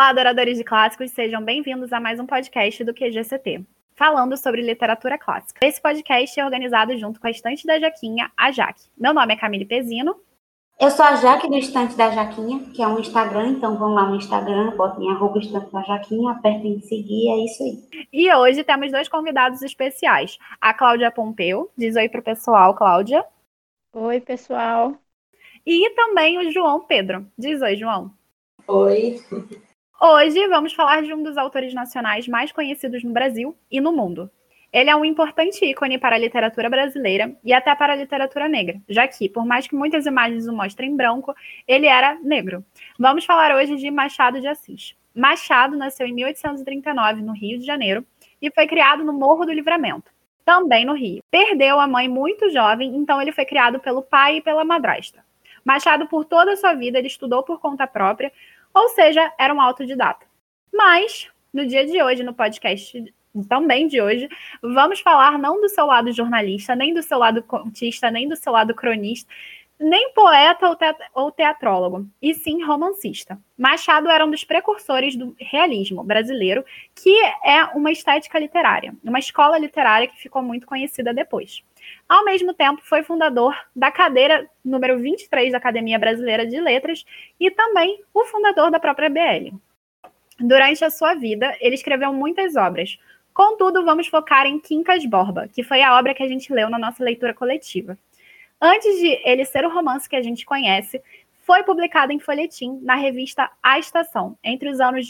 Olá, adoradores de clássicos, sejam bem-vindos a mais um podcast do QGCT, falando sobre literatura clássica. Esse podcast é organizado junto com a Estante da Jaquinha, a Jaque. Meu nome é Camille Pezino. Eu sou a Jaque do Estante da Jaquinha, que é um Instagram, então vão lá no Instagram, botem @Estante da Jaquinha, apertem em seguir, é isso aí. E hoje temos dois convidados especiais. A Cláudia Pompeu, diz oi pro pessoal, Cláudia. Oi, pessoal. E também o João Pedro. Diz oi, João. Oi. Hoje vamos falar de um dos autores nacionais mais conhecidos no Brasil e no mundo. Ele é um importante ícone para a literatura brasileira e até para a literatura negra, já que, por mais que muitas imagens o mostrem branco, ele era negro. Vamos falar hoje de Machado de Assis. Machado nasceu em 1839, no Rio de Janeiro, e foi criado no Morro do Livramento, também no Rio. Perdeu a mãe muito jovem, então ele foi criado pelo pai e pela madrasta. Machado, por toda a sua vida, ele estudou por conta própria, ou seja, era um autodidata. Mas, no dia de hoje, no podcast também de hoje, vamos falar não do seu lado jornalista, nem do seu lado contista, nem do seu lado cronista, nem poeta ou teatrólogo, e sim romancista. Machado era um dos precursores do realismo brasileiro, que é uma estética literária, uma escola literária que ficou muito conhecida depois. Ao mesmo tempo, foi fundador da cadeira número 23 da Academia Brasileira de Letras e também o fundador da própria BL. Durante a sua vida, ele escreveu muitas obras. Contudo, vamos focar em Quincas Borba, que foi a obra que a gente leu na nossa leitura coletiva. Antes de ele ser o romance que a gente conhece, foi publicado em folhetim na revista A Estação, entre os anos de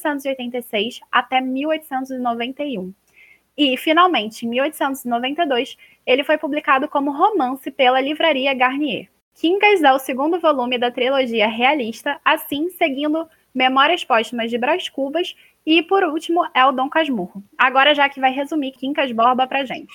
1886 até 1891. E, finalmente, em 1892, ele foi publicado como romance pela Livraria Garnier. Quincas é o segundo volume da trilogia realista, assim seguindo Memórias Póstumas de Brás Cubas e, por último, é o Dom Casmurro. Agora, já que vai resumir Quincas Borba pra gente.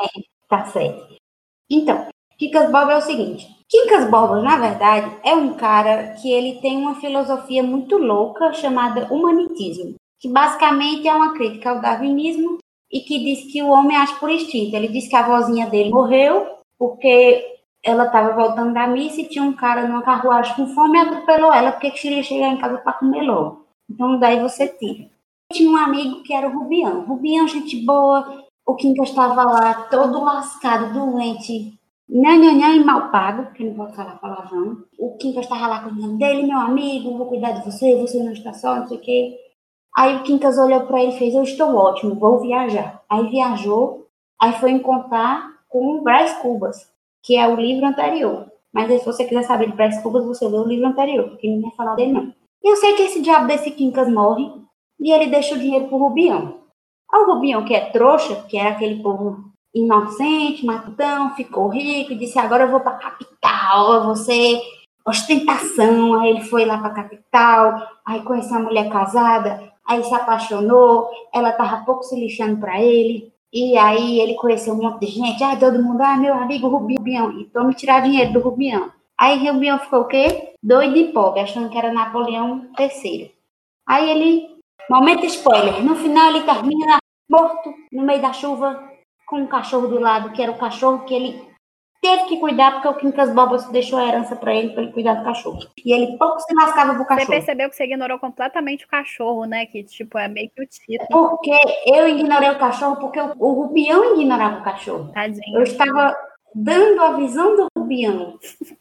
Tá certo. Então, Quincas Borba é o seguinte. Quincas Borba, na verdade, é um cara que ele tem uma filosofia muito louca chamada humanitismo, que basicamente é uma crítica ao darwinismo e que diz que o homem age por instinto. Ele diz que a vozinha dele morreu porque ela estava voltando da missa e tinha um cara numa carruagem com fome e atropelou ela porque queria chegar em casa para comer logo. Então, daí você tira. Tinha um amigo que era o Rubião. Rubião, gente boa. O Quincas estava lá, todo lascado, doente, nhanhanhã e mal pago, porque não pode falar palavrão. O Quincas estava lá cuidando dele, meu amigo, vou cuidar de você, você não está só, não sei o quê. Aí o Quincas olhou para ele e fez, eu estou ótimo, vou viajar. Aí viajou, aí foi encontrar com o Brás Cubas, que é o livro anterior. Mas aí, se você quiser saber de Brás Cubas, você lê o livro anterior, porque ninguém vai falar dele não. E eu sei que esse diabo desse Quincas morre, e ele deixa o dinheiro pro Rubião. Aí o Rubião, que é trouxa, que era aquele povo inocente, matutão, ficou rico, e disse, agora eu vou pra capital, eu vou ser ostentação. Aí ele foi lá pra capital, aí conheceu uma mulher casada, aí se apaixonou, ela tava pouco se lixando pra ele, e aí ele conheceu um monte de gente, todo mundo, meu amigo Rubião, e tome tirar dinheiro do Rubião. Aí o Rubião ficou o quê? Doido e pobre, achando que era Napoleão III. Aí ele, momento spoiler, no final ele termina morto no meio da chuva, com um cachorro do lado, que era o cachorro que ele teve que cuidar, porque o Quincas Borba deixou a herança para ele cuidar do cachorro. E ele pouco se lascava pro cachorro. Você percebeu que você ignorou completamente o cachorro, né? Que, tipo, é meio que o título. Porque eu ignorei o cachorro, porque o Rubião ignorava o cachorro. Tadinho. Eu estava dando a visão do Rubião.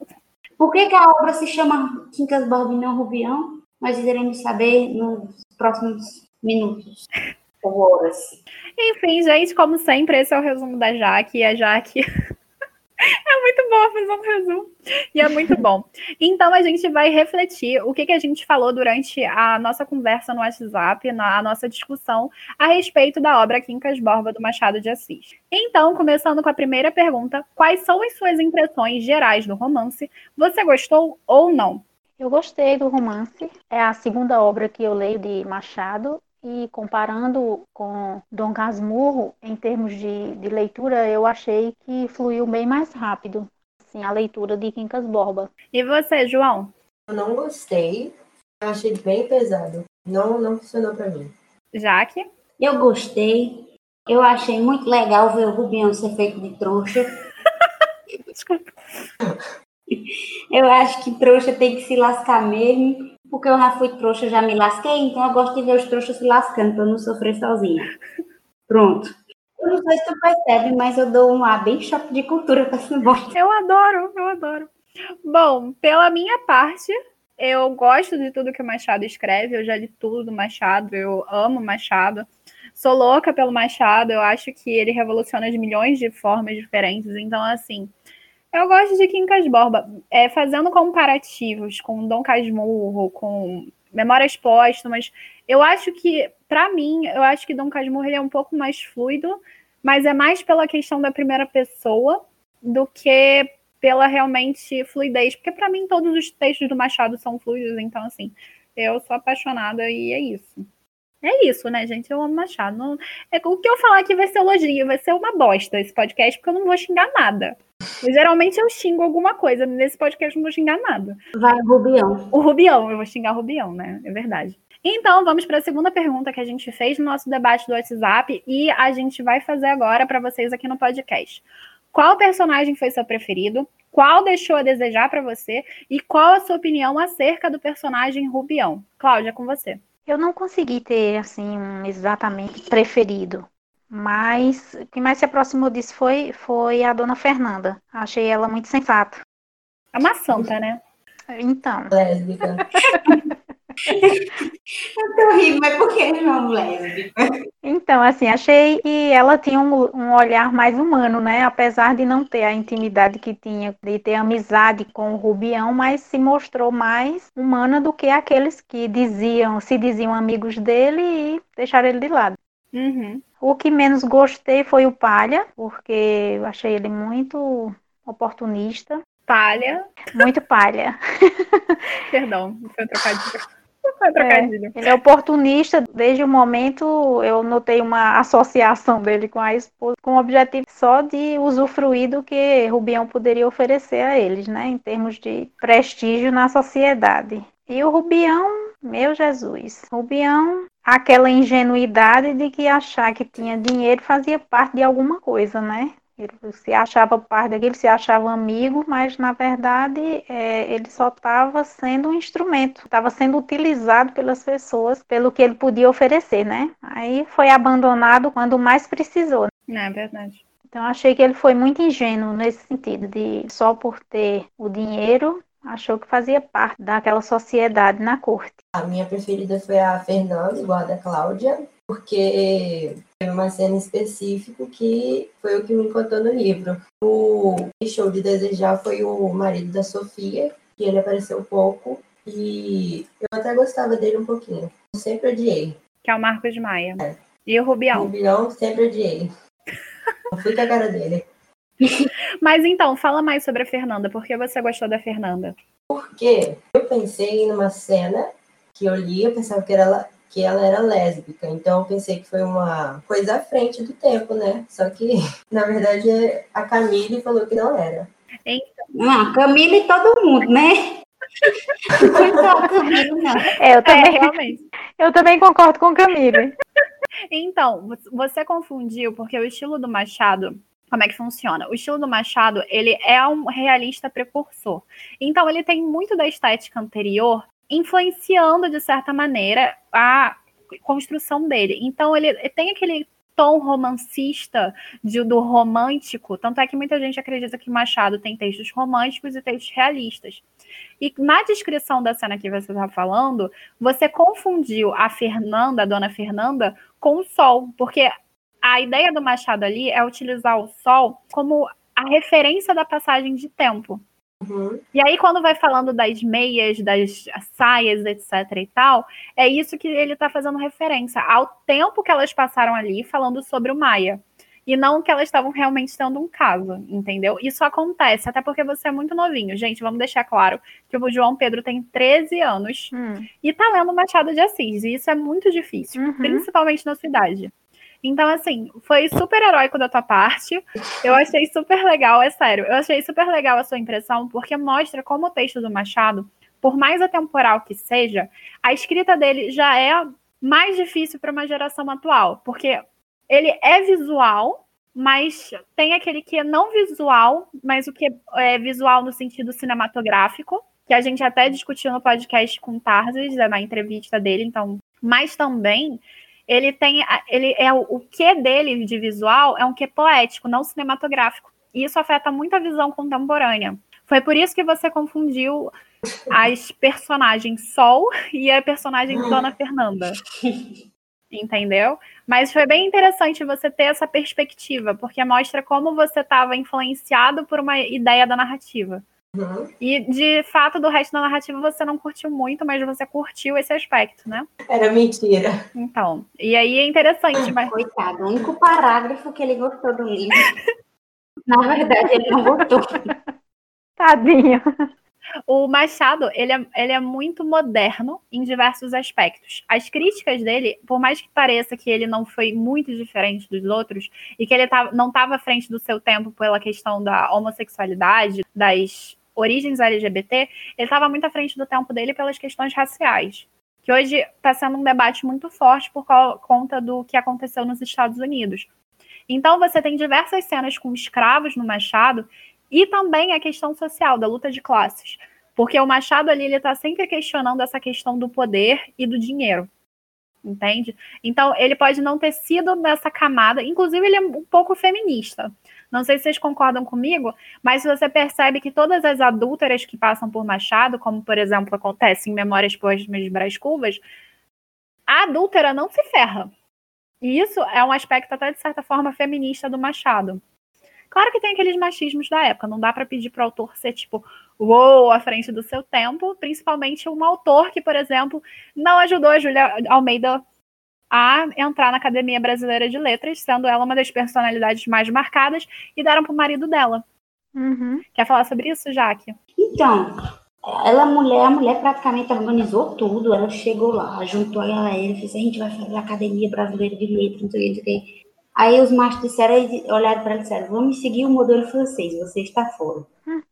Por que a obra se chama Quincas Borba e não Rubião? Nós iremos saber nos próximos minutos ou horas. Enfim, gente, como sempre, esse é o resumo da Jaque. E a Jaque é muito boa fazendo resumo. E é muito bom. Então, a gente vai refletir o que a gente falou durante a nossa conversa no WhatsApp, a nossa discussão a respeito da obra Quincas Borba, do Machado de Assis. Então, começando com a primeira pergunta, quais são as suas impressões gerais do romance? Você gostou ou não? Eu gostei do romance. É a segunda obra que eu leio de Machado. E comparando com Dom Casmurro, em termos de leitura, eu achei que fluiu bem mais rápido, assim, a leitura de Quincas Borba. E você, João? Eu não gostei, eu achei bem pesado. Não funcionou pra mim. Jaque? Eu gostei. Eu achei muito legal ver o Rubião ser feito de trouxa. Desculpa. Eu acho que trouxa tem que se lascar mesmo. porque eu já fui trouxa, já me lasquei, então eu gosto de ver os trouxas se lascando para eu não sofrer sozinha. Pronto. Eu não sei se tu percebe, mas eu dou um ar bem choque de cultura com essa bosta. Eu adoro. Bom, pela minha parte, eu gosto de tudo que o Machado escreve, eu já li tudo do Machado, eu amo Machado, sou louca pelo Machado, eu acho que ele revoluciona de milhões de formas diferentes, então, assim, eu gosto de Quincas Borba, fazendo comparativos com Dom Casmurro, com Memórias Póstumas, eu acho que, pra mim, eu acho que Dom Casmurro ele é um pouco mais fluido, mas é mais pela questão da primeira pessoa do que pela realmente fluidez, porque para mim todos os textos do Machado são fluidos, então assim, eu sou apaixonada e é isso. É isso, né, gente? Eu amo Machado. Não... O que eu falar aqui vai ser elogio, vai ser uma bosta esse podcast, porque eu não vou xingar nada. Geralmente eu xingo alguma coisa, nesse podcast eu não vou xingar nada. Vai, Rubião. O Rubião, eu vou xingar o Rubião, né? É verdade. Então, vamos para a segunda pergunta que a gente fez no nosso debate do WhatsApp e a gente vai fazer agora para vocês aqui no podcast. Qual personagem foi seu preferido? Qual deixou a desejar para você? E qual a sua opinião acerca do personagem Rubião? Cláudia, com você. Eu não consegui ter, assim, um exatamente preferido. Mas o que mais se aproximou disso foi a Dona Fernanda. Achei ela muito sensata. É uma santa, né? Então. Lésbica. Eu tô rindo, mas por que não lésbica? Então, assim, achei que ela tinha um olhar mais humano, né? Apesar de não ter a intimidade que tinha, de ter amizade com o Rubião, mas se mostrou mais humana do que aqueles que se diziam amigos dele e deixaram ele de lado. Uhum. O que menos gostei foi o Palha, porque eu achei ele muito oportunista. Palha. Muito palha. Perdão, foi um trocadilho. Foi um trocadilho. Ele é oportunista. Desde o momento eu notei uma associação dele com a esposa, com o objetivo só de usufruir do que Rubião poderia oferecer a eles, né, em termos de prestígio na sociedade. E o Rubião, meu Jesus, Rubião, aquela ingenuidade de que achar que tinha dinheiro fazia parte de alguma coisa, né? Ele se achava parte daquilo, se achava amigo, mas na verdade ele só estava sendo um instrumento, estava sendo utilizado pelas pessoas pelo que ele podia oferecer, né? Aí foi abandonado quando mais precisou. É verdade. Então achei que ele foi muito ingênuo nesse sentido, de só por ter o dinheiro, achou que fazia parte daquela sociedade na corte. A minha preferida foi a Fernanda, igual a da Cláudia, porque teve uma cena específica que foi o que me encantou no livro. O que deixou de desejar foi o marido da Sofia, que ele apareceu pouco, e eu até gostava dele um pouquinho. Eu sempre odiei. Que é o Marcos Maia. E o Rubião. O Rubião sempre odiei. Eu fui com a cara dele. Mas então, fala mais sobre a Fernanda. Por que você gostou da Fernanda? Porque eu pensei numa cena que eu li, eu pensava que ela era lésbica. Então eu pensei que foi uma coisa à frente do tempo, né? Só que, na verdade, a Camille falou que não era. Não, Camila e todo mundo, né? Não só a Camila, não. Eu também, realmente. Eu também concordo com Camille. Então, você confundiu, porque o estilo do Machado, como é que funciona? O estilo do Machado, ele é um realista precursor. Então, ele tem muito da estética anterior, influenciando, de certa maneira, a construção dele. Então, ele tem aquele tom romancista do romântico, tanto é que muita gente acredita que Machado tem textos românticos e textos realistas. E na descrição da cena que você está falando, você confundiu a Fernanda, a Dona Fernanda, com o sol, porque a ideia do Machado ali é utilizar o sol como a referência da passagem de tempo. Uhum. E aí, quando vai falando das meias, das saias, etc. e tal, é isso que ele está fazendo referência ao tempo que elas passaram ali falando sobre o Maia. E não que elas estavam realmente tendo um caso, entendeu? Isso acontece, até porque você é muito novinho. Gente, vamos deixar claro que o João Pedro tem 13 anos e tá lendo Machado de Assis. E isso é muito difícil, principalmente na sua idade. Então, assim, foi super heróico da tua parte. Eu achei super legal, é sério. Eu achei super legal a sua impressão, porque mostra como o texto do Machado, por mais atemporal que seja, a escrita dele já é mais difícil para uma geração atual. Porque ele é visual, mas tem aquele que é não visual, mas o que é visual no sentido cinematográfico. que a gente até discutiu no podcast com Tarsis, na entrevista dele, então, mas também ele é o quê dele de visual é um quê poético, não cinematográfico. E isso afeta muito a visão contemporânea. Foi por isso que você confundiu as personagens Sol e a personagem Dona Fernanda. Entendeu? Mas foi bem interessante você ter essa perspectiva, porque mostra como você estava influenciado por uma ideia da narrativa. E, de fato, do resto da narrativa você não curtiu muito, mas você curtiu esse aspecto, né? Era mentira. Então, e aí é interessante, mas... Coitado, o único parágrafo que ele gostou do livro, na verdade, ele não gostou. Tadinho. O Machado, ele é muito moderno em diversos aspectos. As críticas dele, por mais que pareça que ele não foi muito diferente dos outros, e que ele não estava à frente do seu tempo pela questão da homossexualidade, das origens LGBT, ele estava muito à frente do tempo dele pelas questões raciais, que hoje está sendo um debate muito forte por conta do que aconteceu nos Estados Unidos. Então você tem diversas cenas com escravos no Machado, e também a questão social, da luta de classes. Porque o Machado ali, ele está sempre questionando essa questão do poder e do dinheiro. Entende? Então, ele pode não ter sido nessa camada. Inclusive, ele é um pouco feminista. Não sei se vocês concordam comigo, mas você percebe que todas as adúlteras que passam por Machado, como, por exemplo, acontece em Memórias Póstumas de Brás Cubas, a adúltera não se ferra. E isso é um aspecto até, de certa forma, feminista do Machado. Claro que tem aqueles machismos da época, não dá para pedir para o autor ser, tipo, uou, à frente do seu tempo, principalmente um autor que, por exemplo, não ajudou a Júlia Almeida a entrar na Academia Brasileira de Letras, sendo ela uma das personalidades mais marcadas, e deram para o marido dela. Quer falar sobre isso, Jaque? Então, a mulher praticamente organizou tudo, ela chegou lá, juntou a galera, fez, a gente vai fazer a Academia Brasileira de Letras, não sei o que. Aí os machos disseram, olharam para ela e disseram, vamos seguir o modelo francês, você está fora.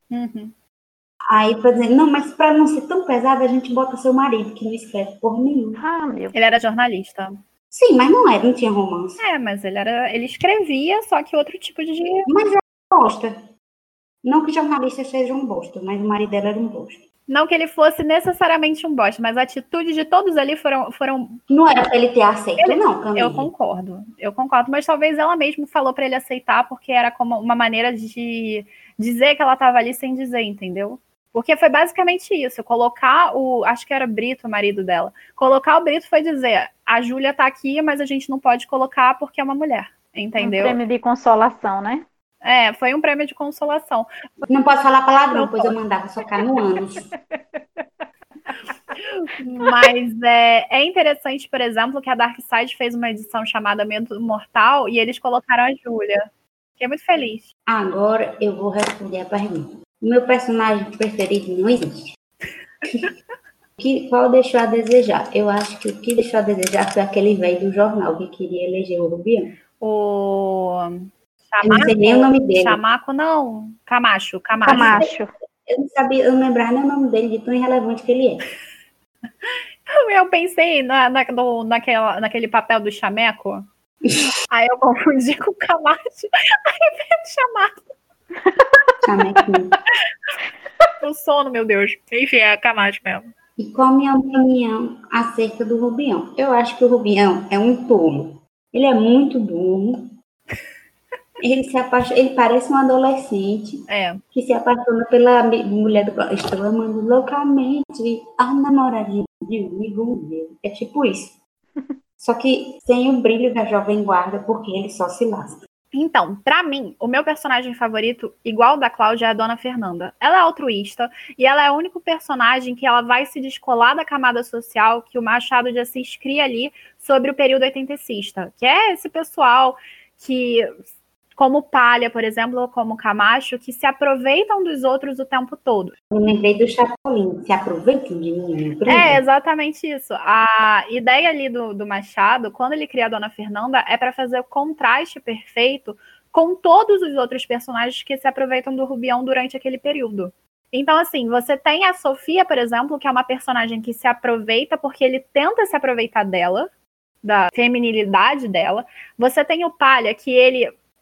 Aí, para dizer, não, mas para não ser tão pesado, a gente bota seu marido, que não escreve porra nenhuma. Ele era jornalista. Sim, mas não tinha romance. Mas ele escrevia, só que outro tipo de... Mas era um bosta. Não que jornalistas sejam um bosta, mas o marido dela era um bosta. Não que ele fosse necessariamente um bosta, mas a atitude de todos ali foram... Não era para ele ter aceito, não, Camille. Eu concordo, mas talvez ela mesma falou para ele aceitar, porque era como uma maneira de dizer que ela estava ali sem dizer, entendeu? Porque foi basicamente isso, colocar acho que era Brito, o marido dela, colocar o Brito foi dizer, a Júlia tá aqui, mas a gente não pode colocar porque é uma mulher, entendeu? Um prêmio de consolação, né? Foi um prêmio de consolação. Não pode falar palavrão, pois eu mandava socar no ânus. Mas é interessante, por exemplo, que a Dark Side fez uma edição chamada Medo Mortal e eles colocaram a Júlia. Fiquei muito feliz. Agora eu vou responder a pergunta. O meu personagem preferido não existe. Qual deixou a desejar? Eu acho que o que deixou a desejar foi aquele velho do jornal que queria eleger o Rubião. Chamaco? Eu não sei nem o nome dele. Chamaco, não. Camacho. Eu não sabia, eu não lembrava nem o nome dele, de tão irrelevante que ele é. Eu pensei naquele papel do chameco. Aí eu confundi com o Camacho. Aí veio o Chamequinho. O sono, meu Deus. Enfim, é Camacho mesmo. E qual a minha opinião acerca do Rubião? Eu acho que o Rubião é um tolo. Ele é muito burro. Ele parece um adolescente que se apaixona pela mulher do... Estou amando loucamente a namoradinha de um amigo meu. É tipo isso. Só que sem o brilho da jovem guarda, porque ele só se lasca. Então, pra mim, o meu personagem favorito, igual o da Cláudia, é a Dona Fernanda. Ela é altruísta e ela é o único personagem que ela vai se descolar da camada social que o Machado de Assis cria ali sobre o período oitentecista, que é esse pessoal que... como Palha, por exemplo, ou como Camacho, que se aproveitam dos outros o tempo todo. Eu lembrei do Chapolin, se aproveitam de mim. É exatamente isso. A ideia ali do Machado, quando ele cria a Dona Fernanda, é para fazer o contraste perfeito com todos os outros personagens que se aproveitam do Rubião durante aquele período. Então, assim, você tem a Sofia, por exemplo, que é uma personagem que se aproveita porque ele tenta se aproveitar dela, da feminilidade dela. Você tem o Palha, que ele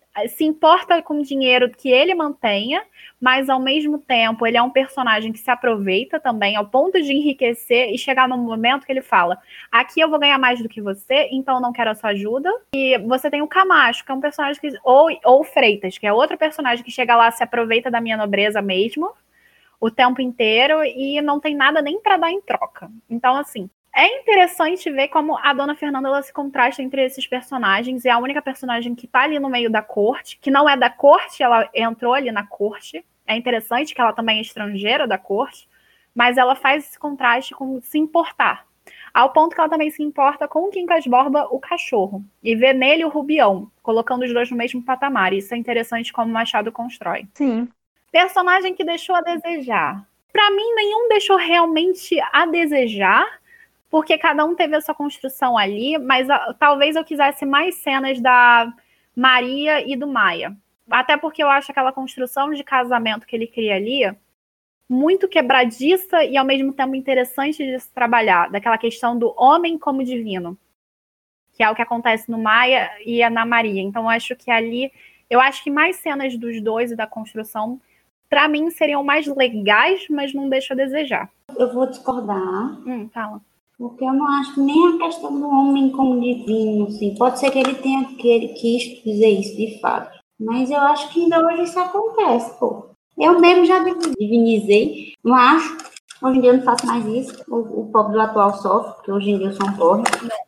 se importa com o dinheiro que ele mantenha, mas ao mesmo tempo ele é um personagem que se aproveita também ao ponto de enriquecer e chegar num momento que ele fala: aqui eu vou ganhar mais do que você, então eu não quero a sua ajuda. E você tem o Camacho, que é um personagem que... Ou Freitas, que é outro personagem que chega lá, se aproveita da minha nobreza mesmo, o tempo inteiro, e não tem nada nem para dar em troca. Então, assim, é interessante ver como a Dona Fernanda ela se contrasta entre esses personagens. É a única personagem que tá ali no meio da corte, que não é da corte, ela entrou ali na corte. É interessante que ela também é estrangeira da corte, mas ela faz esse contraste com se importar. Ao ponto que ela também se importa com o Quincas Borba, o cachorro, e vê nele o Rubião, colocando os dois no mesmo patamar. Isso é interessante como o Machado constrói. Sim. Personagem que deixou a desejar. Para mim, nenhum deixou realmente a desejar, porque cada um teve a sua construção ali, mas talvez eu quisesse mais cenas da Maria e do Maia. Até porque eu acho aquela construção de casamento que ele cria ali muito quebradiça e ao mesmo tempo interessante de se trabalhar, daquela questão do homem como divino, que é o que acontece no Maia e na Maria. Então, eu acho que mais cenas dos dois e da construção, para mim, seriam mais legais, mas não deixa a desejar. Eu vou discordar. Fala. Porque eu não acho que nem a questão do homem como divino, assim. Pode ser que ele tenha quis dizer isso de fato. Mas eu acho que ainda hoje isso acontece, pô. Eu mesmo já divinizei, mas hoje em dia eu não faço mais isso. O pobre do atual sofre, porque hoje em dia eu sou um pobre.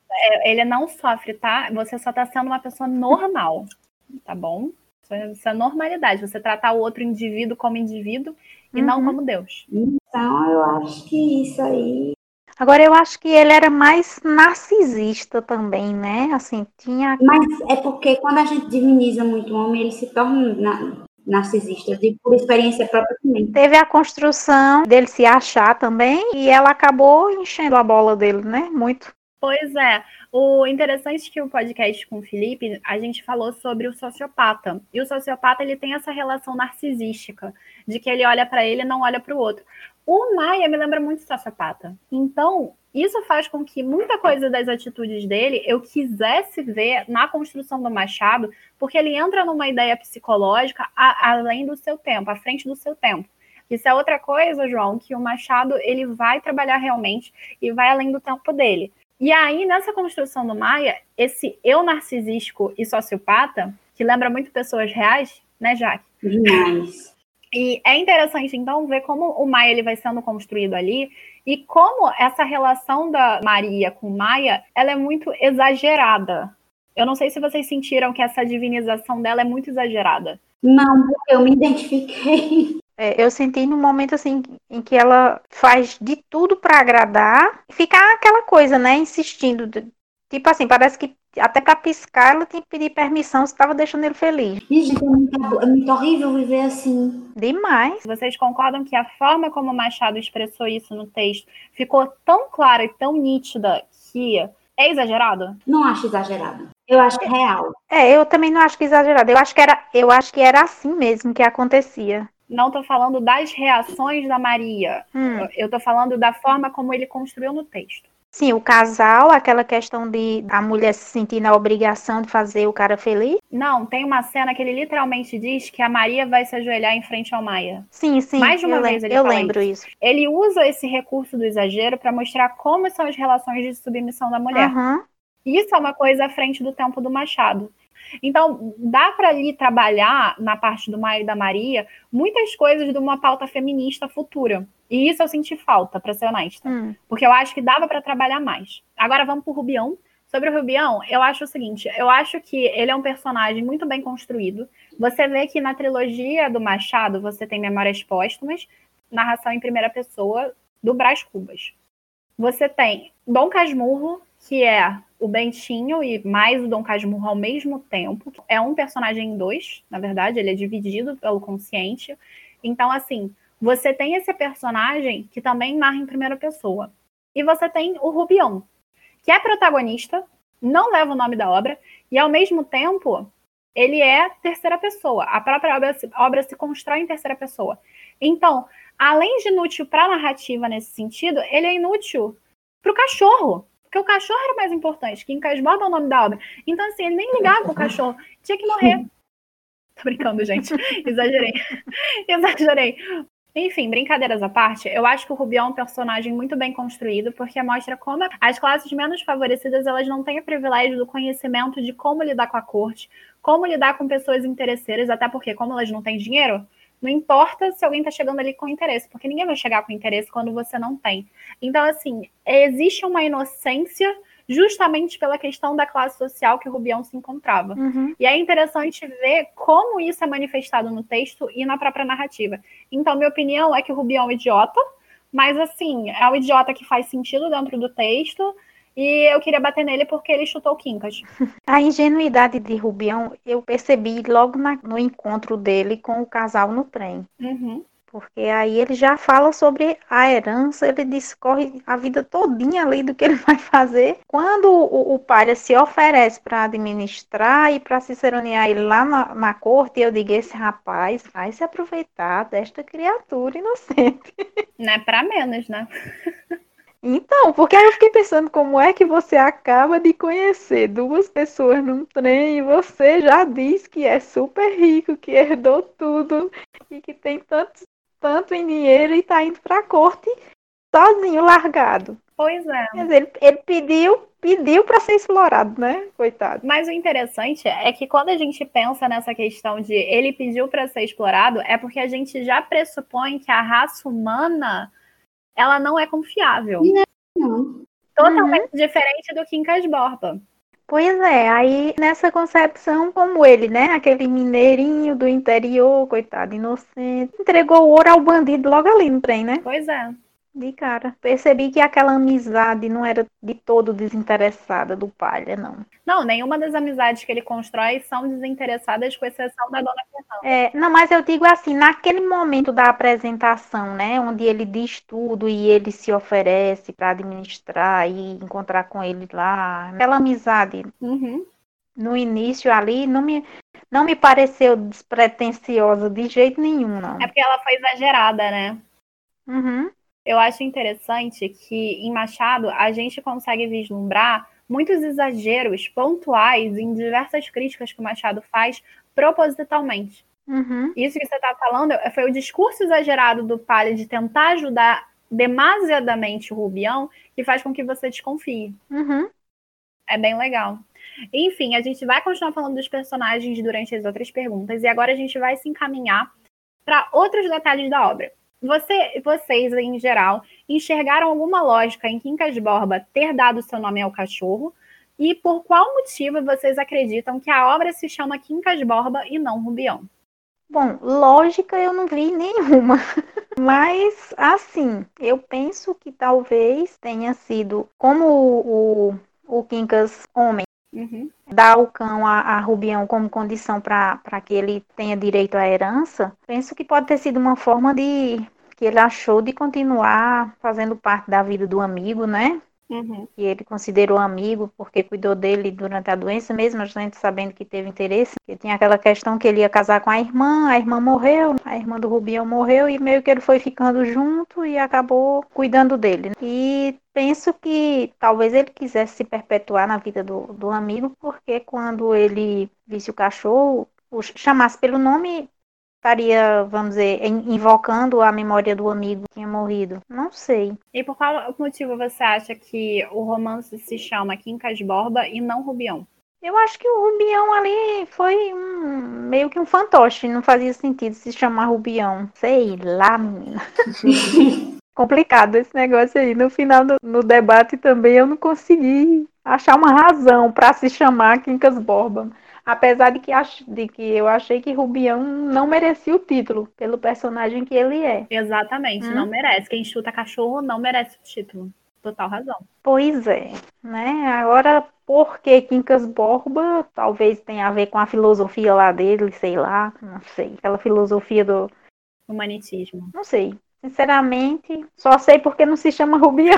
Ele não sofre, tá? Você só tá sendo uma pessoa normal, tá bom? Isso é normalidade. Você tratar o outro indivíduo como indivíduo e não como Deus. Então, eu acho que isso aí... Agora, eu acho que ele era mais narcisista também, né? Assim, tinha... Mas é porque quando a gente diviniza muito o homem, ele se torna narcisista, por experiência própria também. Teve a construção dele se achar também, e ela acabou enchendo a bola dele, né? Muito. Pois é. O interessante é que o podcast com o Felipe, a gente falou sobre o sociopata. E o sociopata, ele tem essa relação narcisística, de que ele olha para ele e não olha para o outro. O Maia me lembra muito sociopata. Então, isso faz com que muita coisa das atitudes dele eu quisesse ver na construção do Machado, porque ele entra numa ideia psicológica além do seu tempo, à frente do seu tempo. Isso é outra coisa, João, que o Machado ele vai trabalhar realmente e vai além do tempo dele. E aí, nessa construção do Maia, esse eu narcisístico e sociopata, que lembra muito pessoas reais, né, Jaque? Demais. E é interessante, então, ver como o Maia ele vai sendo construído ali e como essa relação da Maria com o Maia, ela é muito exagerada. Eu não sei se vocês sentiram que essa divinização dela é muito exagerada. Não, porque eu me identifiquei. Eu senti num momento assim em que ela faz de tudo para agradar e fica aquela coisa, né, insistindo. Tipo assim, parece que até para piscar ela tinha que pedir permissão se estava deixando ele feliz. E, gente, é muito horrível viver assim. Demais. Vocês concordam que a forma como o Machado expressou isso no texto ficou tão clara e tão nítida que é exagerado? Não acho exagerado. Eu acho real. Eu também não acho que exagerado. Eu acho que era assim mesmo que acontecia. Não estou falando das reações da Maria. Eu estou falando da forma como ele construiu no texto. Sim, o casal, aquela questão de a mulher se sentir na obrigação de fazer o cara feliz. Não, tem uma cena que ele literalmente diz que a Maria vai se ajoelhar em frente ao Maia. Sim. Mais de uma vez ele eu fala lembro isso. Ele usa esse recurso do exagero para mostrar como são as relações de submissão da mulher. Isso é uma coisa à frente do tempo do Machado. Então, dá para ali trabalhar, na parte do Maia e da Maria, muitas coisas de uma pauta feminista futura. E isso eu senti falta, para ser honesta. Porque eu acho que dava para trabalhar mais. Agora vamos pro Rubião. Sobre o Rubião, eu acho o seguinte, eu acho que ele é um personagem muito bem construído. Você vê que na trilogia do Machado, você tem Memórias Póstumas, narração em primeira pessoa do Brás Cubas. Você tem Dom Casmurro, que é o Bentinho e mais o Dom Casmurro ao mesmo tempo. É um personagem em dois, na verdade, ele é dividido pelo consciente. Então, assim, você tem esse personagem que também narra em primeira pessoa. E você tem o Rubião, que é protagonista, não leva o nome da obra, e ao mesmo tempo, ele é terceira pessoa. A própria obra se constrói em terceira pessoa. Então, além de inútil para a narrativa nesse sentido, ele é inútil para o cachorro. Porque o cachorro era o mais importante. Quincas Borba é o nome da obra. Então, assim, ele nem ligava pro cachorro. Tinha que morrer. Tô brincando, gente. Exagerei. Exagerei. Enfim, brincadeiras à parte, eu acho que o Rubião é um personagem muito bem construído, porque mostra como as classes menos favorecidas, elas não têm o privilégio do conhecimento de como lidar com a corte, como lidar com pessoas interesseiras, até porque, como elas não têm dinheiro, não importa se alguém está chegando ali com interesse, porque ninguém vai chegar com interesse quando você não tem. Então, assim, existe uma inocência justamente pela questão da classe social que o Rubião se encontrava. Uhum. E é interessante ver como isso é manifestado no texto e na própria narrativa. Então, minha opinião é que o Rubião é um idiota, mas, assim, é um idiota que faz sentido dentro do texto, e eu queria bater nele porque ele chutou o Quincas. A ingenuidade de Rubião eu percebi logo no encontro dele com o casal no trem. Uhum. Porque aí ele já fala sobre a herança, ele discorre a vida todinha ali do que ele vai fazer. Quando o Palha se oferece para administrar e para ciceronear ele lá na corte, eu digo, esse rapaz vai se aproveitar desta criatura inocente. Não é pra menos, né? Então, porque aí eu fiquei pensando como é que você acaba de conhecer duas pessoas num trem e você já diz que é super rico, que herdou tudo e que tem tanto em dinheiro e tá indo pra corte sozinho, largado. Pois é. Quer dizer, ele pediu para ser explorado, né? Coitado. Mas o interessante é que quando a gente pensa nessa questão de ele pediu para ser explorado, é porque a gente já pressupõe que a raça humana ela não é confiável. Não. Totalmente diferente do Quincas Borba. Pois é, aí nessa concepção, como ele, né? Aquele mineirinho do interior, coitado, inocente, entregou o ouro ao bandido logo ali no trem, né? Pois é. De cara. Percebi que aquela amizade não era de todo desinteressada do Palha, não. Não, nenhuma das amizades que ele constrói são desinteressadas, com exceção da Dona Fernanda. Não, mas eu digo assim, naquele momento da apresentação, né, onde ele diz tudo e ele se oferece para administrar e encontrar com ele lá, aquela amizade Uhum. no início ali não me pareceu despretensiosa de jeito nenhum, não. É porque ela foi exagerada, né? Uhum. Eu acho interessante que em Machado a gente consegue vislumbrar muitos exageros pontuais em diversas críticas que o Machado faz propositalmente. Uhum. Isso que você está falando foi o discurso exagerado do Palha de tentar ajudar demasiadamente o Rubião que faz com que você desconfie. Uhum. É bem legal. Enfim, a gente vai continuar falando dos personagens durante as outras perguntas e agora a gente vai se encaminhar para outros detalhes da obra. Vocês, em geral, enxergaram alguma lógica em Quincas Borba ter dado seu nome ao cachorro? E por qual motivo vocês acreditam que a obra se chama Quincas Borba e não Rubião? Bom, lógica eu não vi nenhuma. Mas, assim, eu penso que talvez tenha sido como o Quincas homem dá o cão a Rubião como condição para que ele tenha direito à herança, penso que pode ter sido uma forma que ele achou de continuar fazendo parte da vida do amigo, né? Que ele considerou amigo porque cuidou dele durante a doença, mesmo a gente sabendo que teve interesse. Que tinha aquela questão que ele ia casar com a irmã morreu, a irmã do Rubião morreu e meio que ele foi ficando junto e acabou cuidando dele. E penso que talvez ele quisesse se perpetuar na vida do amigo, porque quando ele visse o cachorro, chamasse pelo nome, estaria, vamos dizer, invocando a memória do amigo que tinha morrido. Não sei. E por qual motivo você acha que o romance se chama Quincas Borba e não Rubião? Eu acho que o Rubião ali foi meio que um fantoche, não fazia sentido se chamar Rubião. Sei lá, menina. Complicado esse negócio aí. No final, no debate também, eu não consegui achar uma razão para se chamar Quincas Borba. Apesar de que eu achei que Rubião não merecia o título pelo personagem que ele é. Exatamente, não merece. Quem chuta cachorro não merece o título. Total razão. Pois é, né? Agora, por que Quincas Borba? Talvez tenha a ver com a filosofia lá dele, sei lá, não sei. Aquela filosofia do humanitismo. Não sei. Sinceramente, só sei porque não se chama Rubião.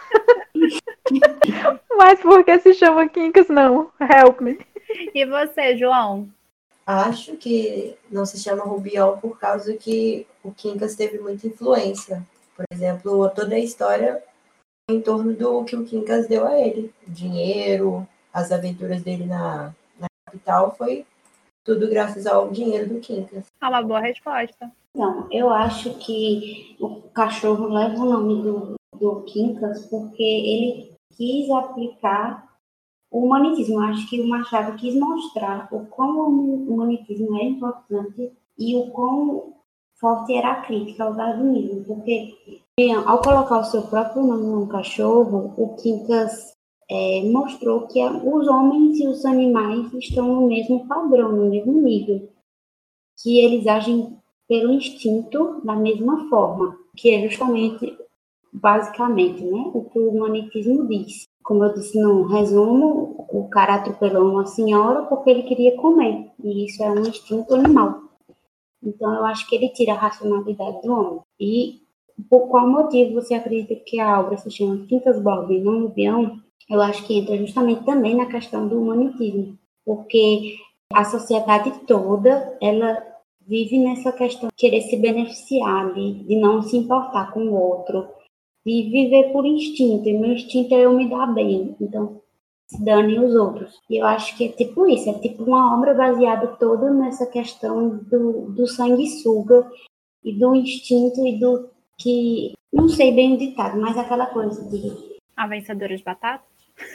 Mas porque se chama Quincas, não. Help me. E você, João? Acho que não se chama Rubião por causa que o Quincas teve muita influência. Por exemplo, toda a história em torno do que o Quincas deu a ele. O dinheiro, as aventuras dele na capital foi Tudo graças ao dinheiro do Quincas. É uma boa resposta. Então, eu acho que o cachorro leva o nome do Quincas porque ele quis aplicar o humanitismo. Eu acho que o Machado quis mostrar o quão o humanitismo é importante e o quão forte era a crítica ao darwinismo, porque ao colocar o seu próprio nome no cachorro, o Quincas mostrou que os homens e os animais estão no mesmo padrão, no mesmo nível, que eles agem pelo instinto da mesma forma, que é justamente, basicamente, né, o que o humanitismo diz. Como eu disse no resumo, o cara atropelou uma senhora porque ele queria comer, e isso é um instinto animal. Então, eu acho que ele tira a racionalidade do homem. E por qual motivo você acredita que a obra se chama Quincas Borba e não Rubião? Eu acho que entra justamente também na questão do humanitismo, porque a sociedade toda, ela vive nessa questão de querer se beneficiar, de não se importar com o outro, de viver por instinto, e meu instinto é eu me dar bem, então se danem os outros. E eu acho que é tipo isso, é tipo uma obra baseada toda nessa questão do sanguessuga e do instinto e do que, não sei bem o ditado, mas aquela coisa de... A vencedora de batatas?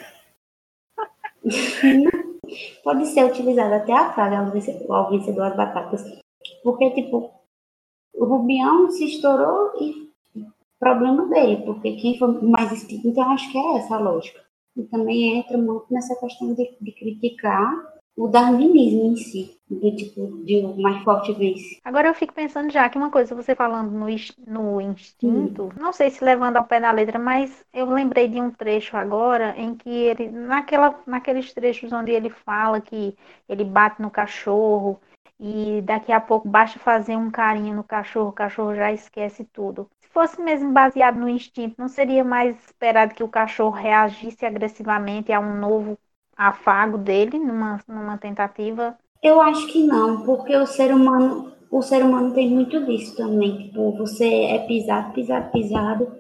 Pode ser utilizada até a frase ao vencedor das batatas, porque tipo, o Rubião se estourou e problema dele, porque quem foi mais espírito, então acho que é essa a lógica. E também entra muito nessa questão de criticar o darwinismo em si, do tipo, de o mais forte vence. Agora eu fico pensando já que uma coisa, você falando no instinto, não sei se levando ao pé da letra, mas eu lembrei de um trecho agora em que ele, naqueles trechos onde ele fala que ele bate no cachorro e daqui a pouco basta fazer um carinho no cachorro, o cachorro já esquece tudo. Se fosse mesmo baseado no instinto, não seria mais esperado que o cachorro reagisse agressivamente a um novo afago dele numa tentativa? Eu acho que não, porque o ser humano tem muito disso também. Tipo, você é pisado, pisado, pisado,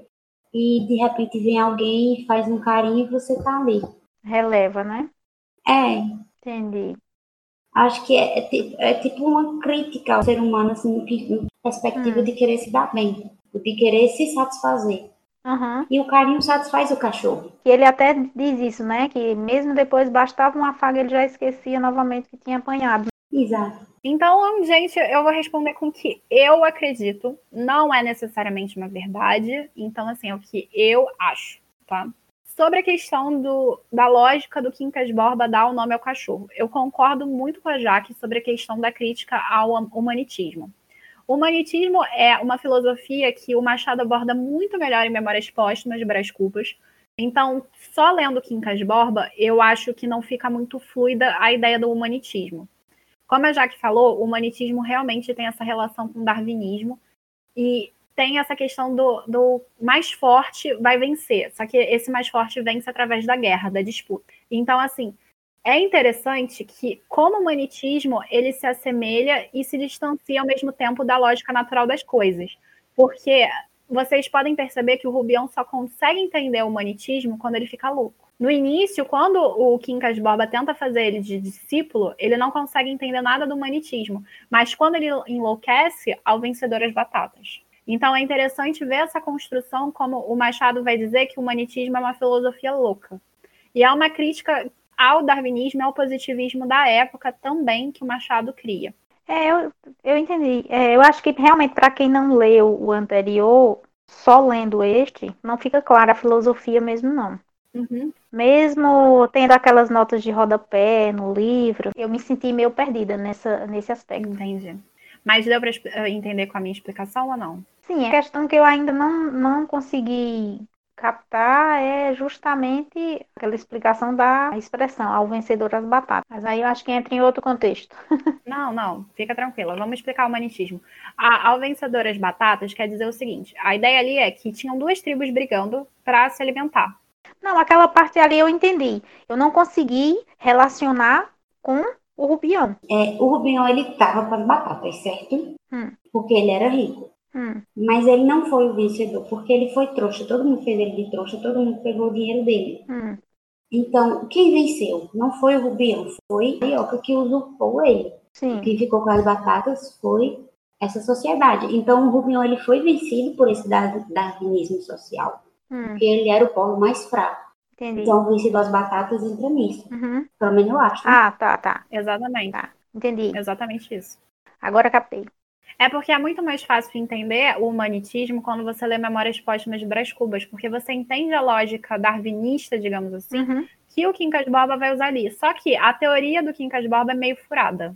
e de repente vem alguém e faz um carinho e você tá ali. Releva, né? É, Entendi. acho que é tipo uma crítica ao ser humano, assim, no perspectiva de querer se dar bem, de querer se satisfazer. Uhum. E o carinho satisfaz o cachorro. E ele até diz isso, né? Que mesmo depois bastava um afago, ele já esquecia novamente que tinha apanhado. Exato. Então, gente, eu vou responder com o que eu acredito. Não é necessariamente uma verdade. Então, assim, é o que eu acho, tá? Sobre a questão da lógica do Quincas Borba dar o nome ao cachorro. Eu concordo muito com a Jaque sobre a questão da crítica ao humanitismo. O humanitismo é uma filosofia que o Machado aborda muito melhor em Memórias Póstumas de Brás Cubas. Então, só lendo Quincas Borba, eu acho que não fica muito fluida a ideia do humanitismo. Como a Jaque falou, o humanitismo realmente tem essa relação com o darwinismo e tem essa questão do mais forte vai vencer. Só que esse mais forte vence através da guerra, da disputa. Então, assim, é interessante que, como o humanitismo, ele se assemelha e se distancia ao mesmo tempo da lógica natural das coisas. Porque vocês podem perceber que o Rubião só consegue entender o humanitismo quando ele fica louco. No início, quando o Quincas Borba tenta fazer ele de discípulo, ele não consegue entender nada do humanitismo. Mas quando ele enlouquece, ao vencedor as batatas. Então é interessante ver essa construção, como o Machado vai dizer que o humanitismo é uma filosofia louca. E é uma crítica ao darwinismo e ao positivismo da época também que o Machado cria. Eu entendi. Eu acho que realmente para quem não leu o anterior, só lendo este, não fica clara a filosofia mesmo, não. Uhum. Mesmo tendo aquelas notas de rodapé no livro, eu me senti meio perdida nesse aspecto. Entendi. Mas deu para entender com a minha explicação ou não? Sim, a questão que eu ainda não consegui captar é justamente aquela explicação da expressão ao vencedor as batatas. Mas aí eu acho que entra em outro contexto. Não, fica tranquila. Vamos explicar o humanitismo. Ao vencedor as batatas quer dizer o seguinte: a ideia ali é que tinham duas tribos brigando para se alimentar. Não, aquela parte ali eu entendi. Eu não consegui relacionar com o Rubião. O Rubião, ele tava com as batatas, certo? Porque ele era rico. Mas ele não foi o vencedor, porque ele foi trouxa. Todo mundo fez ele de trouxa, todo mundo pegou o dinheiro dele. Então, quem venceu? Não foi o Rubião, foi a Ioca que usurpou ele. Sim. Quem ficou com as batatas foi essa sociedade. Então, o Rubião ele foi vencido por esse darwinismo social, porque ele era o polo mais fraco. Entendi. Então, o vencido às batatas entra nisso. Uhum. Pelo menos eu acho. Né? Ah, tá. Exatamente. Tá. Entendi. Exatamente isso. Agora captei. É porque é muito mais fácil entender o humanitismo quando você lê Memórias Póstumas de Brás Cubas, porque você entende a lógica darwinista, digamos assim, que o Quincas Borba vai usar ali. Só que a teoria do Quincas Borba é meio furada.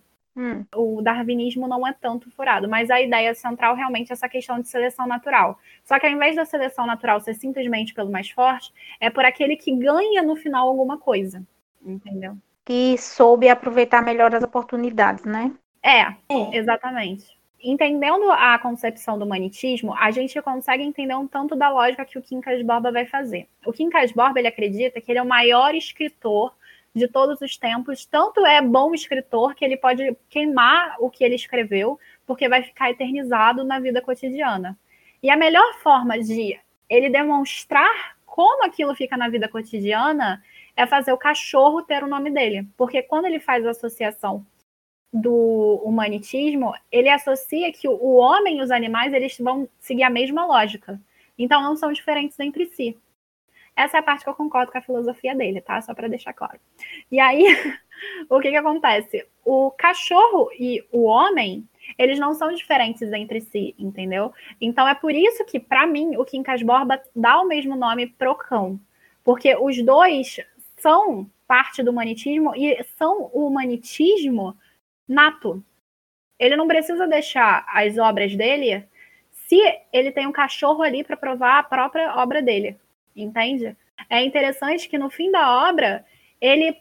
O darwinismo não é tanto furado, mas a ideia central realmente é essa questão de seleção natural. Só que ao invés da seleção natural ser simplesmente pelo mais forte, é por aquele que ganha no final alguma coisa. Entendeu? Que soube aproveitar melhor as oportunidades, né? Exatamente. Entendendo a concepção do humanitismo, a gente consegue entender um tanto da lógica que o Quincas Borba vai fazer. O Quincas Borba, ele acredita que ele é o maior escritor de todos os tempos, tanto é bom escritor que ele pode queimar o que ele escreveu, porque vai ficar eternizado na vida cotidiana. E a melhor forma de ele demonstrar como aquilo fica na vida cotidiana é fazer o cachorro ter o nome dele, porque quando ele faz a associação do humanitismo, ele associa que o homem e os animais eles vão seguir a mesma lógica. Então, não são diferentes entre si. Essa é a parte que eu concordo com a filosofia dele, tá? Só para deixar claro. E aí, o que acontece? O cachorro e o homem, eles não são diferentes entre si, entendeu? Então, é por isso que, para mim, o Quincas Borba dá o mesmo nome pro cão. Porque os dois são parte do humanitismo e são o humanitismo nato. Ele não precisa deixar as obras dele se ele tem um cachorro ali para provar a própria obra dele. Entende? É interessante que no fim da obra ele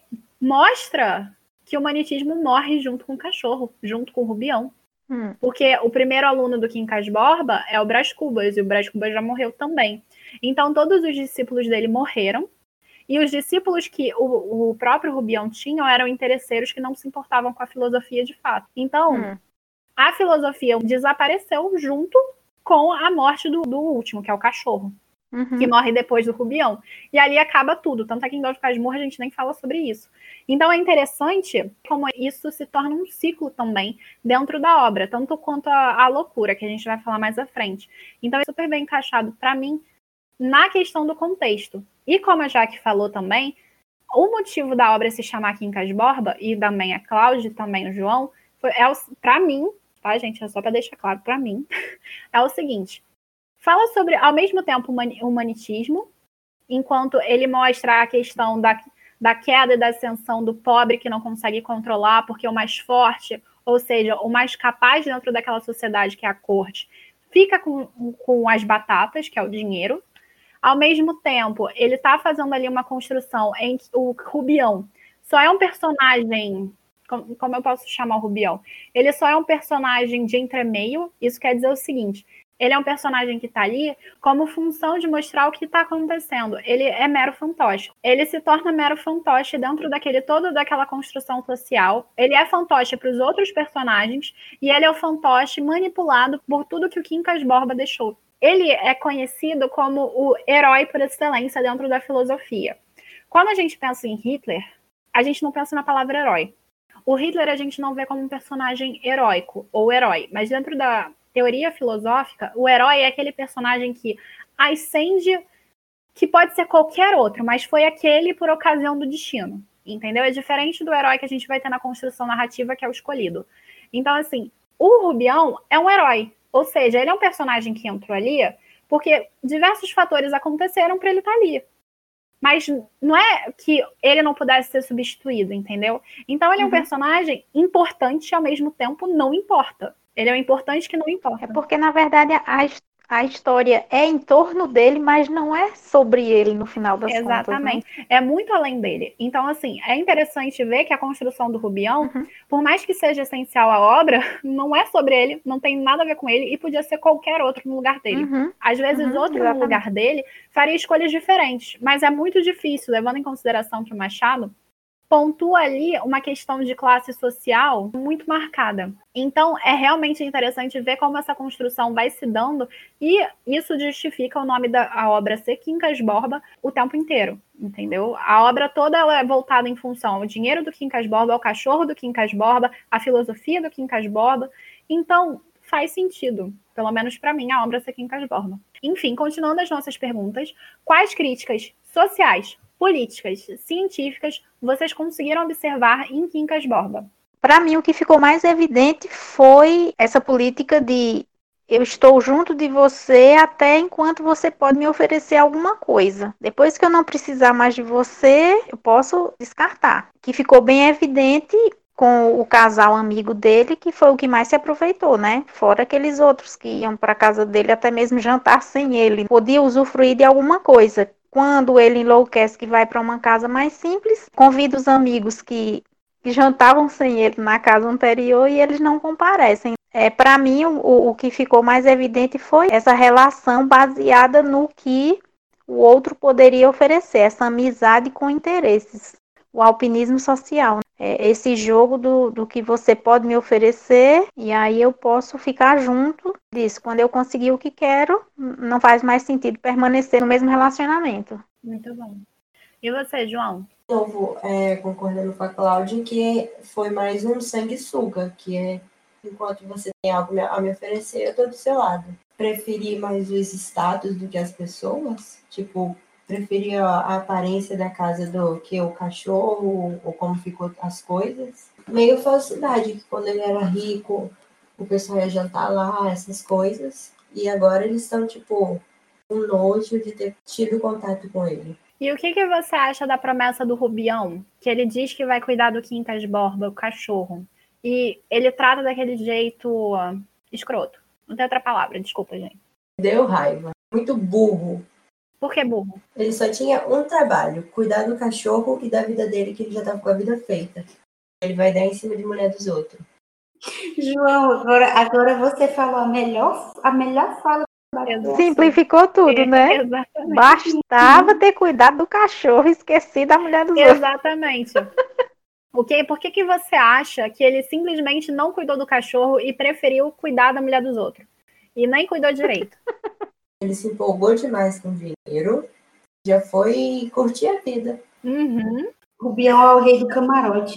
mostra que o humanitismo morre junto com o cachorro, junto com o Rubião. Porque o primeiro aluno do Quincas Borba é o Brás Cubas, e o Brás Cubas já morreu também. Então todos os discípulos dele morreram. E os discípulos que o próprio Rubião tinha eram interesseiros que não se importavam com a filosofia de fato. Então, a filosofia desapareceu junto com a morte do último, que é o cachorro, que morre depois do Rubião. E ali acaba tudo. Tanto é que em Dom Casmurro a gente nem fala sobre isso. Então é interessante como isso se torna um ciclo também dentro da obra, tanto quanto a loucura, que a gente vai falar mais à frente. Então é super bem encaixado para mim na questão do contexto. E como a Jaque falou também, o motivo da obra se chamar Quincas Borba, e também a Cláudia e também o João, para mim, tá, gente? É só para deixar claro, para mim, é o seguinte. Fala sobre, ao mesmo tempo, o humanitismo, enquanto ele mostra a questão da queda e da ascensão do pobre que não consegue controlar, porque o mais forte, ou seja, o mais capaz dentro daquela sociedade, que é a corte, fica com as batatas, que é o dinheiro. Ao mesmo tempo, ele está fazendo ali uma construção em que o Rubião só é um personagem... Como eu posso chamar o Rubião? Ele só é um personagem de entremeio. Isso quer dizer o seguinte: ele é um personagem que está ali como função de mostrar o que está acontecendo. Ele é mero fantoche. Ele se torna mero fantoche dentro daquela construção social. Ele é fantoche para os outros personagens e ele é o fantoche manipulado por tudo que o Quincas Borba deixou. Ele é conhecido como o herói por excelência dentro da filosofia. Quando a gente pensa em Hitler, a gente não pensa na palavra herói. O Hitler a gente não vê como um personagem heróico ou herói, mas dentro da teoria filosófica, o herói é aquele personagem que ascende, que pode ser qualquer outro, mas foi aquele por ocasião do destino, entendeu? É diferente do herói que a gente vai ter na construção narrativa, que é o escolhido. Então, assim, o Rubião é um herói, ou seja, ele é um personagem que entrou ali porque diversos fatores aconteceram para ele estar ali. Mas não é que ele não pudesse ser substituído, entendeu? Então ele é um personagem importante e ao mesmo tempo não importa. Ele é um importante que não importa. É porque, na verdade, a história é em torno dele, mas não é sobre ele no final das contas. Exatamente. Né? É muito além dele. Então, assim, é interessante ver que a construção do Rubião, por mais que seja essencial à obra, não é sobre ele, não tem nada a ver com ele e podia ser qualquer outro no lugar dele. Às vezes, outro no lugar dele faria escolhas diferentes, mas é muito difícil, levando em consideração que o Machado pontua ali uma questão de classe social muito marcada. Então, é realmente interessante ver como essa construção vai se dando, e isso justifica o nome da obra ser Quincas Borba o tempo inteiro, entendeu? A obra toda ela é voltada em função ao dinheiro do Quincas Borba, ao cachorro do Quincas Borba, à filosofia do Quincas Borba. Então, faz sentido, pelo menos para mim, a obra ser Quincas Borba. Enfim, continuando as nossas perguntas, quais críticas sociais, políticas, científicas vocês conseguiram observar em Quincas Borba? Para mim, o que ficou mais evidente foi essa política de eu estou junto de você até enquanto você pode me oferecer alguma coisa. Depois que eu não precisar mais de você, eu posso descartar. Que ficou bem evidente com o casal amigo dele, que foi o que mais se aproveitou, né? Fora aqueles outros que iam para casa dele até mesmo jantar sem ele. Podia usufruir de alguma coisa. Quando ele enlouquece que vai para uma casa mais simples, convida os amigos que jantavam sem ele na casa anterior e eles não comparecem. Para mim, o que ficou mais evidente foi essa relação baseada no que o outro poderia oferecer, essa amizade com interesses, o alpinismo social. Esse jogo do que você pode me oferecer e aí eu posso ficar junto disso. Quando eu conseguir o que quero, não faz mais sentido permanecer no mesmo relacionamento. Muito bom. E você, João? De novo, concordando com a Cláudia, que foi mais um sanguessuga, que é enquanto você tem algo a me oferecer, eu estou do seu lado. Preferi mais os status do que as pessoas, tipo, preferi a aparência da casa do que o cachorro, ou como ficou as coisas. Meio falsidade, que quando ele era rico, o pessoal ia jantar lá, essas coisas, e agora eles estão, tipo, com nojo de ter tido contato com ele. E o que você acha da promessa do Rubião? Que ele diz que vai cuidar do Quincas Borba, o cachorro. E ele trata daquele jeito escroto. Não tem outra palavra, desculpa, gente. Deu raiva. Muito burro. Por que burro? Ele só tinha um trabalho, cuidar do cachorro e da vida dele, que ele já estava com a vida feita. Ele vai dar em cima de mulher dos outros. João, agora você falou a melhor fala. Simplificou tudo, né? Exatamente. Bastava ter cuidado do cachorro e esquecido da mulher dos outros. Exatamente. Por que você acha que ele simplesmente não cuidou do cachorro e preferiu cuidar da mulher dos outros? E nem cuidou direito. Ele se empolgou demais com o dinheiro, já foi curtir a vida. Uhum. Rubião é o rei do camarote.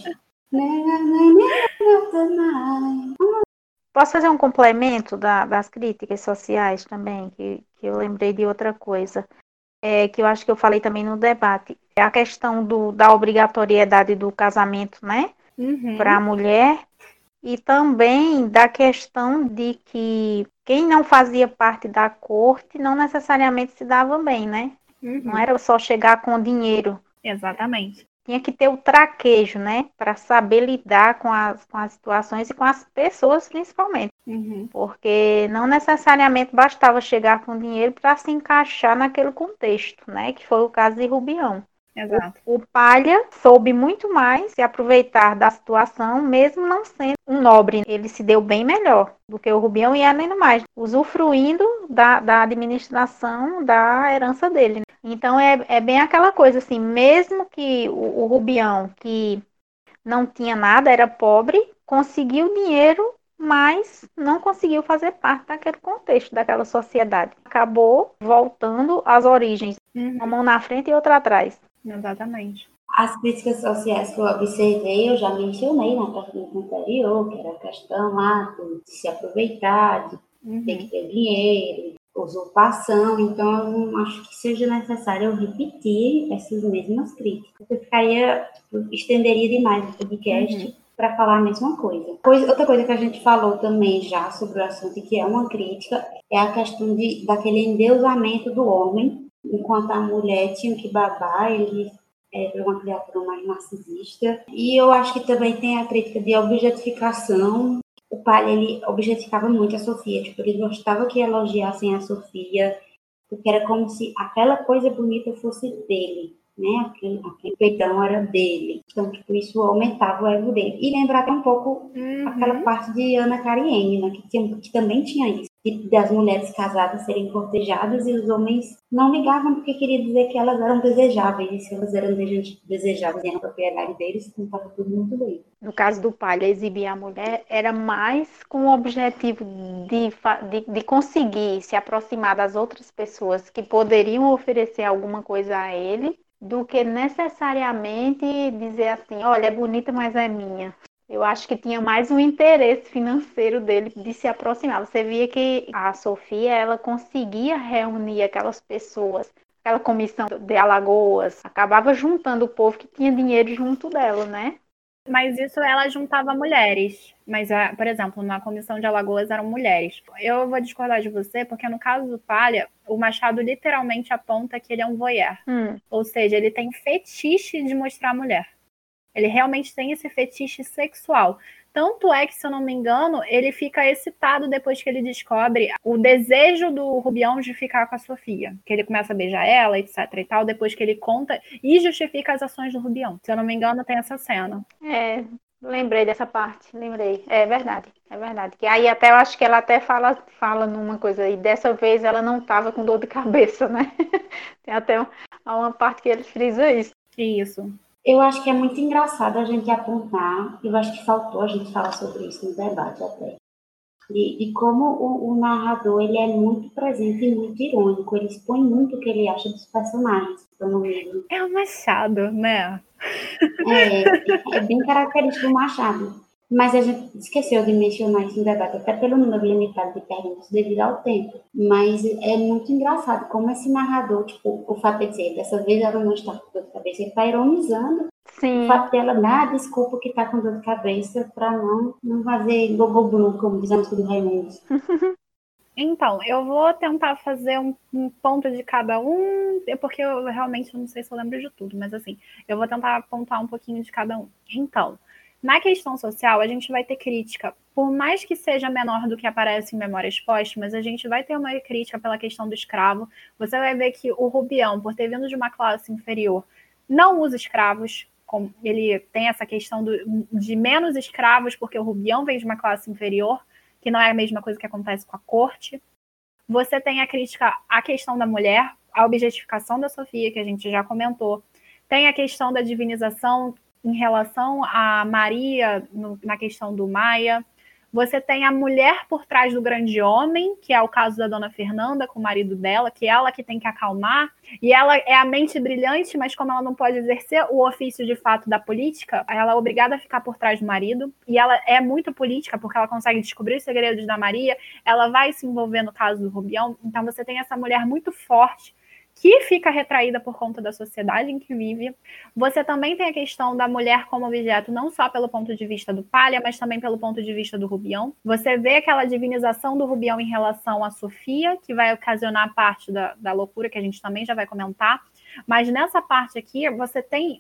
Posso fazer um complemento das críticas sociais também, que eu lembrei de outra coisa, que eu acho que eu falei também no debate. É a questão da obrigatoriedade do casamento, né, para a mulher, e também da questão de que quem não fazia parte da corte não necessariamente se dava bem, né? Não era só chegar com dinheiro. Exatamente. Tinha que ter o traquejo, né? Para saber lidar com as situações e com as pessoas, principalmente. Porque não necessariamente bastava chegar com dinheiro para se encaixar naquele contexto, né? Que foi o caso de Rubião. Exato. O Palha soube muito mais se aproveitar da situação, mesmo não sendo um nobre. Ele se deu bem melhor do que o Rubião e além do mais, usufruindo da administração da herança dele. Então é bem aquela coisa assim, mesmo que o Rubião, que não tinha nada, era pobre, conseguiu dinheiro, mas não conseguiu fazer parte daquele contexto, daquela sociedade. Acabou voltando às origens, uma mão na frente e outra atrás. Exatamente. As críticas sociais que eu observei, eu já mencionei na pergunta anterior, que era a questão lá de se aproveitar, de ter que ter dinheiro, usurpação. Então, eu não acho que seja necessário eu repetir essas mesmas críticas. Eu estenderia demais o podcast para falar a mesma coisa. Outra coisa que a gente falou também já sobre o assunto, e que é uma crítica, é a questão daquele endeusamento do homem. Enquanto a mulher tinha que babar, ele era uma criatura mais narcisista. E eu acho que também tem a crítica de objetificação. O Palha, ele objetificava muito a Sofia. Tipo, ele gostava que elogiassem a Sofia, porque era como se aquela coisa bonita fosse dele, né? Aquele peitão era dele. Então, tipo, isso aumentava o ego dele. E lembrar até um pouco aquela parte de Ana Karenina, que também tinha isso. das mulheres casadas serem cortejadas e os homens não ligavam porque queria dizer que elas eram desejáveis, e se elas eram desejáveis e eram propriedade deles, então estava tudo muito bem. No caso do Palha, exibir a mulher era mais com o objetivo de conseguir se aproximar das outras pessoas que poderiam oferecer alguma coisa a ele, do que necessariamente dizer assim, olha, é bonita, mas é minha. Eu acho que tinha mais um interesse financeiro dele de se aproximar. Você via que a Sofia, ela conseguia reunir aquelas pessoas, aquela comissão de Alagoas, acabava juntando o povo que tinha dinheiro junto dela, né? Mas isso ela juntava mulheres. Mas, por exemplo, na comissão de Alagoas eram mulheres. Eu vou discordar de você, porque no caso do Palha, o Machado literalmente aponta que ele é um voyeur. Ou seja, ele tem fetiche de mostrar a mulher. Ele realmente tem esse fetiche sexual. Tanto é que, se eu não me engano, ele fica excitado depois que ele descobre o desejo do Rubião de ficar com a Sofia. Que ele começa a beijar ela, etc e tal, depois que ele conta e justifica as ações do Rubião. Se eu não me engano, tem essa cena. Lembrei dessa parte, lembrei. É verdade. Que aí até eu acho que ela até fala numa coisa, e dessa vez ela não estava com dor de cabeça, né? Tem até uma parte que ele frisa isso. Isso. Eu acho que é muito engraçado a gente apontar, eu acho que faltou a gente falar sobre isso no debate até, de como o narrador ele é muito presente e muito irônico, ele expõe muito o que ele acha dos personagens que estão no livro. É o Machado, né? É bem característico do Machado. Mas a gente esqueceu de mencionar isso no debate, até pelo número limitado de perguntas devido ao tempo. Mas é muito engraçado como esse narrador, tipo, o fato de dizer, dessa vez ela não está com dor de cabeça, ele está ironizando. Sim. O fato dela dar desculpa que está com dor de cabeça para não fazer gogo blue, como diz a música do Raimundo. Então, eu vou tentar fazer um ponto de cada um, porque eu realmente não sei se eu lembro de tudo, mas assim, eu vou tentar apontar um pouquinho de cada um. Então, na questão social, a gente vai ter crítica, por mais que seja menor do que aparece em Memórias Póstumas, a gente vai ter uma crítica pela questão do escravo. Você vai ver que o Rubião, por ter vindo de uma classe inferior, não usa escravos. Ele tem essa questão de menos escravos, porque o Rubião vem de uma classe inferior, que não é a mesma coisa que acontece com a corte. Você tem a crítica à questão da mulher, a objetificação da Sofia, que a gente já comentou. Tem a questão da divinização em relação a Maria, na questão do Maia. Você tem a mulher por trás do grande homem, que é o caso da dona Fernanda com o marido dela, que é ela que tem que acalmar. E ela é a mente brilhante, mas como ela não pode exercer o ofício de fato da política, ela é obrigada a ficar por trás do marido. E ela é muito política, porque ela consegue descobrir os segredos da Maria. Ela vai se envolver no caso do Rubião. Então você tem essa mulher muito forte, que fica retraída por conta da sociedade em que vive. Você também tem a questão da mulher como objeto, não só pelo ponto de vista do Palha, mas também pelo ponto de vista do Rubião. Você vê aquela divinização do Rubião em relação à Sofia, que vai ocasionar parte da loucura, que a gente também já vai comentar. Mas nessa parte aqui, você tem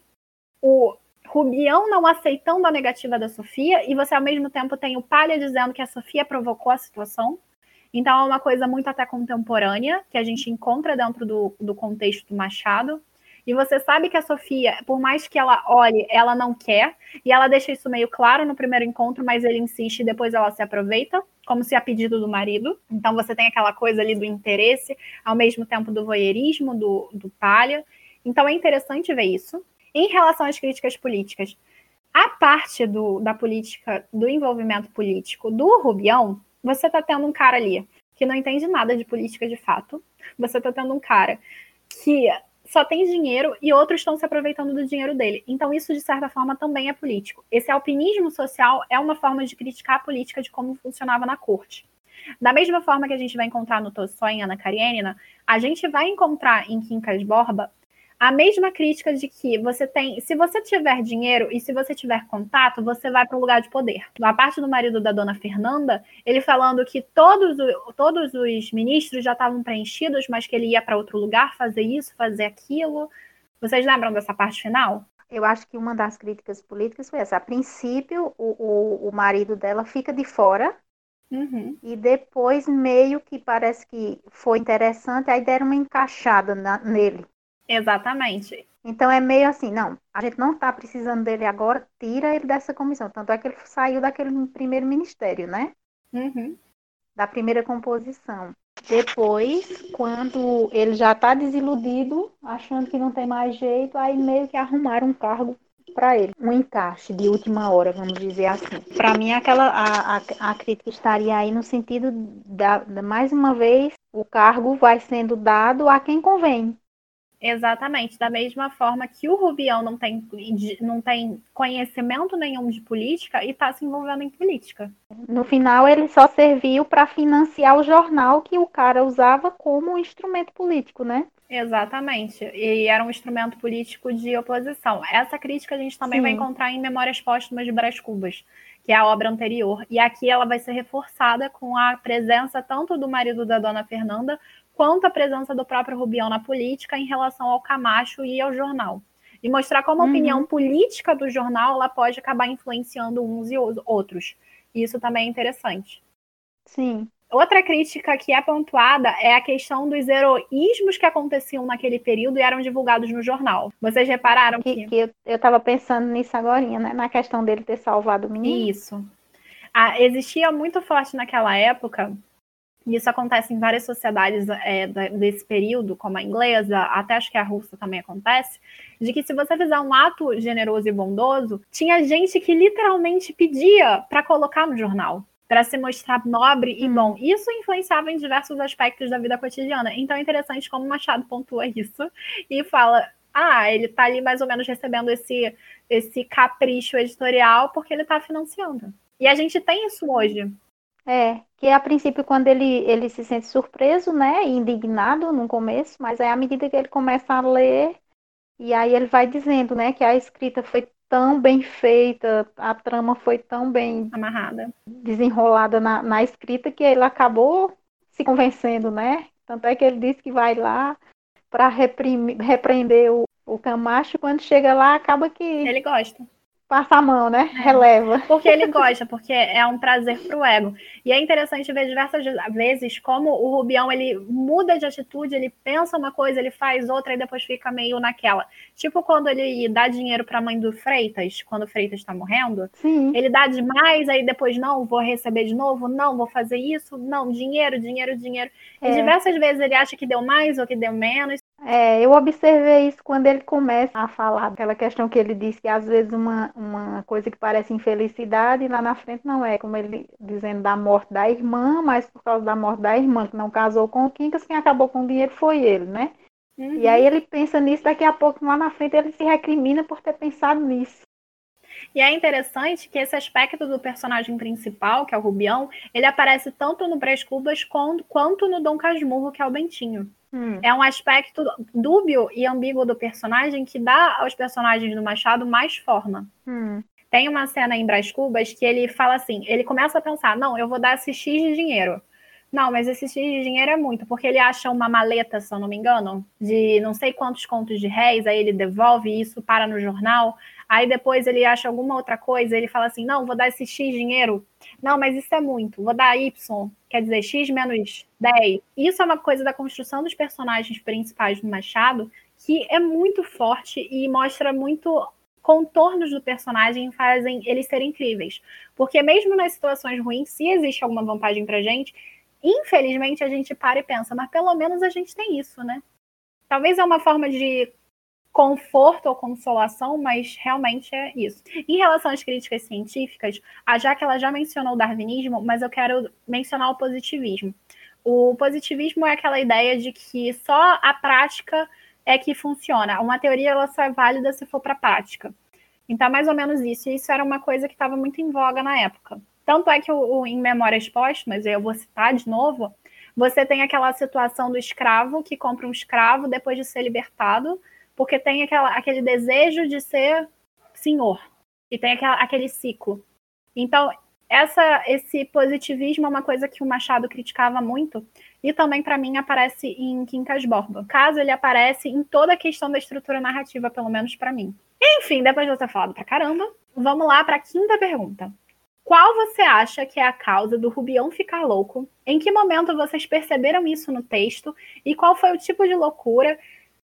o Rubião não aceitando a negativa da Sofia, e você, ao mesmo tempo, tem o Palha dizendo que a Sofia provocou a situação. Então, é uma coisa muito até contemporânea, que a gente encontra dentro do contexto do Machado. E você sabe que a Sofia, por mais que ela olhe, ela não quer. E ela deixa isso meio claro no primeiro encontro, mas ele insiste e depois ela se aproveita, como se a pedido do marido. Então, você tem aquela coisa ali do interesse, ao mesmo tempo do voyeurismo, do Palha. Então, é interessante ver isso. Em relação às críticas políticas, a parte da política, do envolvimento político do Rubião, você está tendo um cara ali que não entende nada de política de fato. Você está tendo um cara que só tem dinheiro e outros estão se aproveitando do dinheiro dele. Então isso, de certa forma, também é político. Esse alpinismo social é uma forma de criticar a política de como funcionava na corte. Da mesma forma que a gente vai encontrar no Tolstói em Ana Karenina, a gente vai encontrar em Quincas Borba a mesma crítica de que você tem, se você tiver dinheiro e se você tiver contato, você vai para um lugar de poder. A parte do marido da dona Fernanda, ele falando que todos os ministros já estavam preenchidos, mas que ele ia para outro lugar fazer isso, fazer aquilo. Vocês lembram dessa parte final? Eu acho que uma das críticas políticas foi essa. A princípio, o marido dela fica de fora. Uhum. E depois meio que parece que foi interessante, aí deram uma encaixada nele. Exatamente. Então é meio assim, não, a gente não está precisando dele agora, tira ele dessa comissão. Tanto é que ele saiu daquele primeiro ministério, né? Uhum. da primeira composição. Depois, quando ele já está desiludido, achando que não tem mais jeito, aí meio que arrumaram um cargo para ele, um encaixe de última hora, vamos dizer assim. Para mim, a crítica estaria aí no sentido mais uma vez, o cargo vai sendo dado a quem convém. Exatamente, da mesma forma que o Rubião não tem conhecimento nenhum de política e está se envolvendo em política. No final, ele só serviu para financiar o jornal que o cara usava como instrumento político, né? Exatamente, e era um instrumento político de oposição. Essa crítica a gente também vai encontrar em Memórias Póstumas de Brás Cubas, que é a obra anterior, e aqui ela vai ser reforçada com a presença tanto do marido da dona Fernanda, quanto a presença do próprio Rubião na política em relação ao Camacho e ao jornal. E mostrar como a opinião política do jornal ela pode acabar influenciando uns e outros. E isso também é interessante. Sim. Outra crítica que é pontuada é a questão dos heroísmos que aconteciam naquele período e eram divulgados no jornal. Vocês repararam que eu estava pensando nisso agora, né? Na questão dele ter salvado o menino. Isso. Existia muito forte naquela época, e isso acontece em várias sociedades desse período, como a inglesa, até acho que a russa também acontece, de que se você fizer um ato generoso e bondoso, tinha gente que literalmente pedia para colocar no jornal, para se mostrar nobre e bom. Isso influenciava em diversos aspectos da vida cotidiana. Então é interessante como Machado pontua isso e fala, ele está ali mais ou menos recebendo esse capricho editorial porque ele está financiando. E a gente tem isso hoje. Que a princípio, quando ele se sente surpreso, né, e indignado no começo, mas aí à medida que ele começa a ler, e aí ele vai dizendo, né, que a escrita foi tão bem feita, a trama foi tão bem amarrada, desenrolada na escrita, que ele acabou se convencendo, né? Tanto é que ele disse que vai lá para repreender o Camacho, quando chega lá, acaba que ele gosta. Passa a mão, né? Releva. Porque ele gosta, porque é um prazer pro ego. E é interessante ver diversas vezes como o Rubião, ele muda de atitude, ele pensa uma coisa, ele faz outra e depois fica meio naquela. Tipo quando ele dá dinheiro pra mãe do Freitas, quando o Freitas tá morrendo. Sim. Ele dá demais, aí depois, não, vou receber de novo, não, vou fazer isso, não, dinheiro. E diversas vezes ele acha que deu mais ou que deu menos. Eu observei isso quando ele começa a falar aquela questão que ele disse que às vezes uma coisa que parece infelicidade, lá na frente não é, como ele dizendo da morte da irmã, mas por causa da morte da irmã que não casou com o Quincas, quem acabou com o dinheiro foi ele, né? E aí ele pensa nisso, daqui a pouco lá na frente ele se recrimina por ter pensado nisso. E é interessante que esse aspecto do personagem principal, que é o Rubião, ele aparece tanto no Brás Cubas quanto no Dom Casmurro, que é o Bentinho. É um aspecto dúbio e ambíguo do personagem que dá aos personagens do Machado mais forma. Tem uma cena em Brás Cubas que ele fala assim, ele começa a pensar, não, eu vou dar esse X de dinheiro. Não, mas esse X de dinheiro é muito, porque ele acha uma maleta, se eu não me engano, de não sei quantos contos de réis, aí ele devolve e isso para no jornal, aí depois ele acha alguma outra coisa, ele fala assim, não, vou dar esse X dinheiro, não, mas isso é muito, vou dar Y, quer dizer, X menos 10. Isso é uma coisa da construção dos personagens principais do Machado, que é muito forte e mostra muito contornos do personagem, fazem eles serem incríveis. Porque mesmo nas situações ruins, se existe alguma vantagem pra gente, infelizmente a gente para e pensa, mas pelo menos a gente tem isso, né? Talvez é uma forma de conforto ou consolação, mas realmente é isso. Em relação às críticas científicas, a Jaque ela já mencionou o darwinismo, mas eu quero mencionar o positivismo. O positivismo é aquela ideia de que só a prática é que funciona. Uma teoria ela só é válida se for para a prática. Então, é mais ou menos isso. E isso era uma coisa que estava muito em voga na época. Tanto é que em Memórias Póstumas, eu vou citar de novo, você tem aquela situação do escravo que compra um escravo depois de ser libertado, porque tem aquele desejo de ser senhor. E tem aquele ciclo. Então, esse positivismo é uma coisa que o Machado criticava muito, e também, para mim, aparece em Quincas Borba. Caso ele aparece em toda a questão da estrutura narrativa, pelo menos para mim. Enfim, depois de eu ter falado pra caramba, vamos lá para a quinta pergunta. Qual você acha que é a causa do Rubião ficar louco? Em que momento vocês perceberam isso no texto? E qual foi o tipo de loucura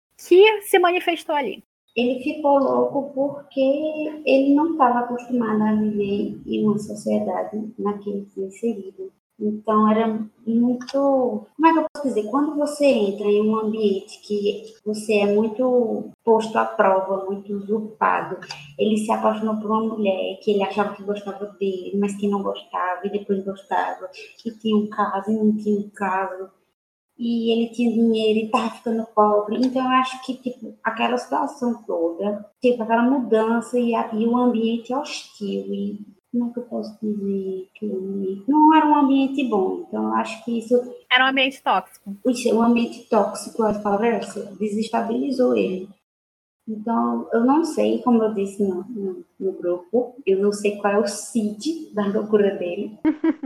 que se manifestou ali? Ele ficou louco porque ele não estava acostumado a viver em uma sociedade na que ele foi inserido. Então, era muito... Como é que eu posso dizer? Quando você entra em um ambiente que você é muito posto à prova, muito usurpado, ele se apaixonou por uma mulher que ele achava que gostava dele, mas que não gostava, e depois gostava, que tinha um caso e não tinha um caso, e ele tinha dinheiro e estava ficando pobre. Então, eu acho que, tipo, aquela situação toda, tipo, aquela mudança e o ambiente hostil, e como é que eu posso dizer que não era um ambiente bom. Então, eu acho que Era um ambiente tóxico. um ambiente tóxico, a palavra é essa, desestabilizou ele. Então, eu não sei, como eu disse no grupo, eu não sei qual é o CID da loucura dele,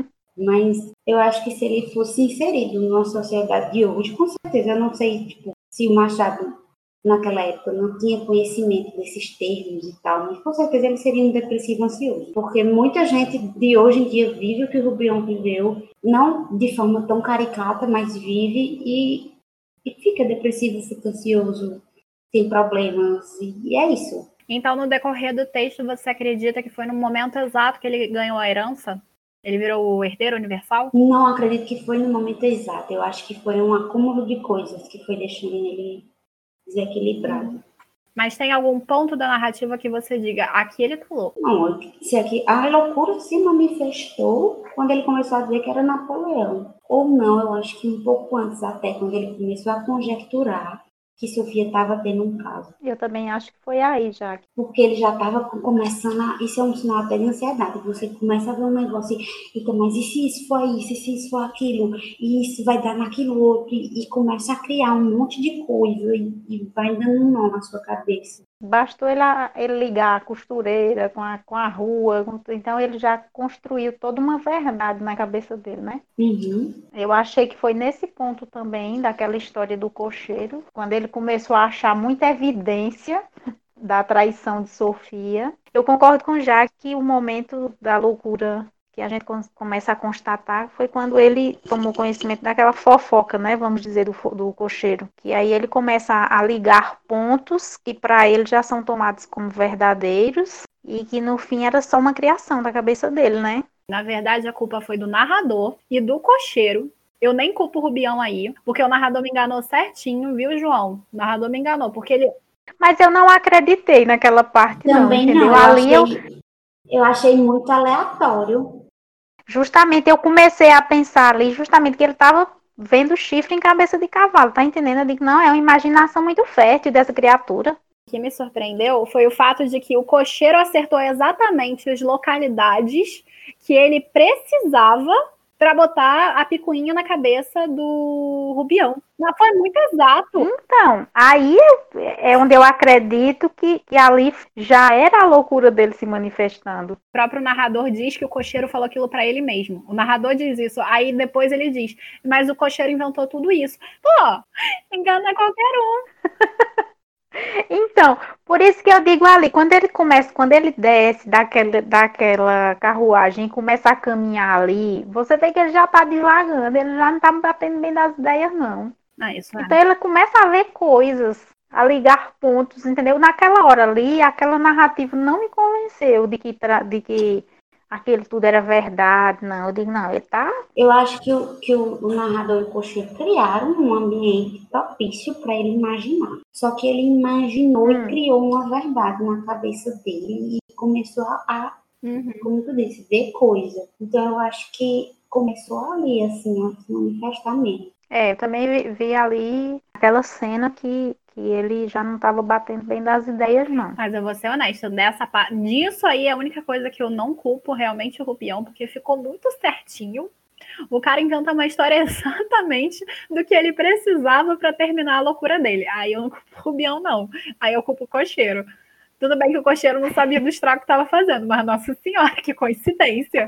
mas eu acho que se ele fosse inserido numa sociedade de hoje, com certeza, eu não sei, tipo, se o Machado naquela época não tinha conhecimento desses termos e tal, mas com certeza ele seria um depressivo ansioso, porque muita gente de hoje em dia vive o que o Rubião viveu, não de forma tão caricata, mas vive e fica depressivo, fica ansioso, tem problemas, e é isso. Então, no decorrer do texto, você acredita que foi no momento exato que ele ganhou a herança? Ele virou o herdeiro universal? Não acredito que foi no momento exato, eu acho que foi um acúmulo de coisas que foi deixando ele desequilibrado. Mas tem algum ponto da narrativa que você diga, aqui ele tá louco? Não, se aqui, a loucura se manifestou quando ele começou a dizer que era Napoleão. Ou não, eu acho que um pouco antes até, quando ele começou a conjecturar que Sofia estava tendo um caso. Eu também acho que foi aí já. Porque ele já estava começando a... Isso é um sinal até de ansiedade. Você começa a ver um negócio e então, mas e se isso for isso? E se isso for aquilo? E isso vai dar naquilo outro? E começa a criar um monte de coisa e vai dando um nó na sua cabeça. Bastou ele ligar a costureira com a rua, então ele já construiu toda uma verdade na cabeça dele, né? Uhum. Eu achei que foi nesse ponto também, daquela história do cocheiro, quando ele começou a achar muita evidência da traição de Sofia. Eu concordo com o Jacques que o momento da loucura que a gente começa a constatar foi quando ele tomou conhecimento daquela fofoca, né, vamos dizer, do cocheiro. Que aí ele começa a ligar pontos que para ele já são tomados como verdadeiros e que no fim era só uma criação da cabeça dele, né? Na verdade, a culpa foi do narrador e do cocheiro. Eu nem culpo o Rubião aí, porque o narrador me enganou certinho, viu, João? O narrador me enganou, porque ele... Mas eu não acreditei naquela parte, Também não, entendeu? não, Ali eu achei muito aleatório. Justamente eu comecei a pensar ali, justamente que ele estava vendo chifre em cabeça de cavalo, tá entendendo? Eu digo, não, é uma imaginação muito fértil dessa criatura. O que me surpreendeu foi o fato de que o cocheiro acertou exatamente as localidades que ele precisava para botar a picuinha na cabeça do Rubião. Mas foi muito exato. Então, aí é onde eu acredito que ali já era a loucura dele se manifestando. O próprio narrador diz que o cocheiro falou aquilo para ele mesmo. O narrador diz isso. Aí depois ele diz, mas o cocheiro inventou tudo isso. Pô, engana qualquer um. Então, por isso que eu digo ali, quando ele desce daquela carruagem e começa a caminhar ali, você vê que ele já tá divagando, ele já não tá batendo bem das ideias, não. Isso é. Então ele começa a ver coisas, a ligar pontos, entendeu? Naquela hora ali, aquela narrativa não me convenceu de que aquilo tudo era verdade, não. Eu digo, não, ele tá... Eu acho que o narrador e o cocheiro criaram um ambiente propício para ele imaginar. Só que ele imaginou e criou uma verdade na cabeça dele e começou a como tu disse, ver coisa. Então eu acho que começou ali, assim, a se manifestar mesmo. Eu também vi ali aquela cena que ele já não estava batendo bem das ideias, não. Mas eu vou ser honesta, nisso aí é a única coisa que eu não culpo realmente o Rubião, porque ficou muito certinho. O cara inventa uma história exatamente do que ele precisava para terminar a loucura dele. Aí eu não culpo o Rubião, não. Aí eu culpo o cocheiro. Tudo bem que o cocheiro não sabia do estrago que estava fazendo, mas nossa senhora, que coincidência.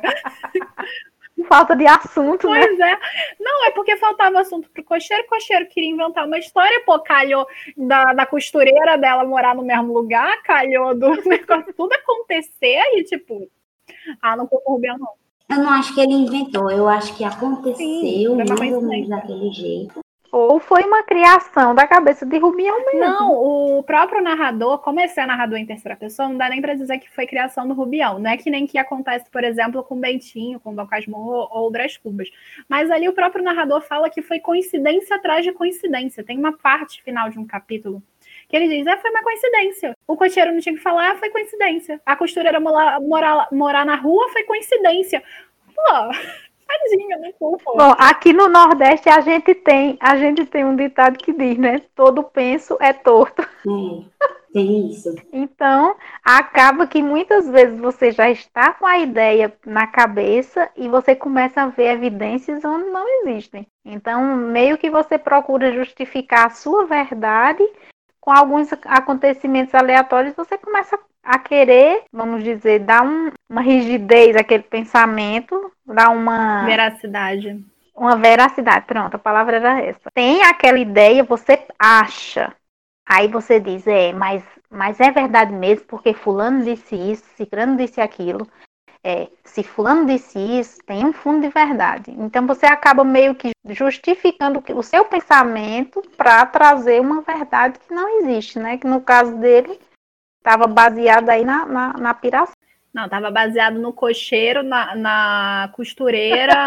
Falta de assunto, né? Pois é. Não, é porque faltava assunto pro cocheiro. O cocheiro queria inventar uma história, pô, calhou da costureira dela morar no mesmo lugar, calhou do negócio tudo acontecer e tipo, não culpa o Rubião, não. Eu não acho que ele inventou, eu acho que aconteceu mais ou menos daquele jeito. Ou foi uma criação da cabeça de Rubião mesmo? Não, o próprio narrador, como esse é narrador em terceira pessoa, não dá nem pra dizer que foi criação do Rubião. Não é que nem que acontece, por exemplo, com Bentinho, com Dom Casmurro ou Brás Cubas. Mas ali o próprio narrador fala que foi coincidência atrás de coincidência. Tem uma parte final de um capítulo que ele diz, foi uma coincidência. O cocheiro não tinha que falar, foi coincidência. A costureira morar na rua foi coincidência. Pô, tadinha, né? Bom, aqui no Nordeste a gente tem um ditado que diz, né? Todo penso é torto. Tem isso. Então, acaba que muitas vezes você já está com a ideia na cabeça e você começa a ver evidências onde não existem. Então, meio que você procura justificar a sua verdade com alguns acontecimentos aleatórios, você começa a querer, vamos dizer, dar uma rigidez àquele pensamento, dar uma veracidade. Uma veracidade, pronto, a palavra era essa. Tem aquela ideia, você acha. Aí você diz, mas é verdade mesmo, porque fulano disse isso, ciclano disse aquilo. Se fulano disse isso, tem um fundo de verdade. Então você acaba meio que justificando o seu pensamento para trazer uma verdade que não existe, né? Que no caso dele estava baseado aí na piração. Não, estava baseado no cocheiro, na costureira,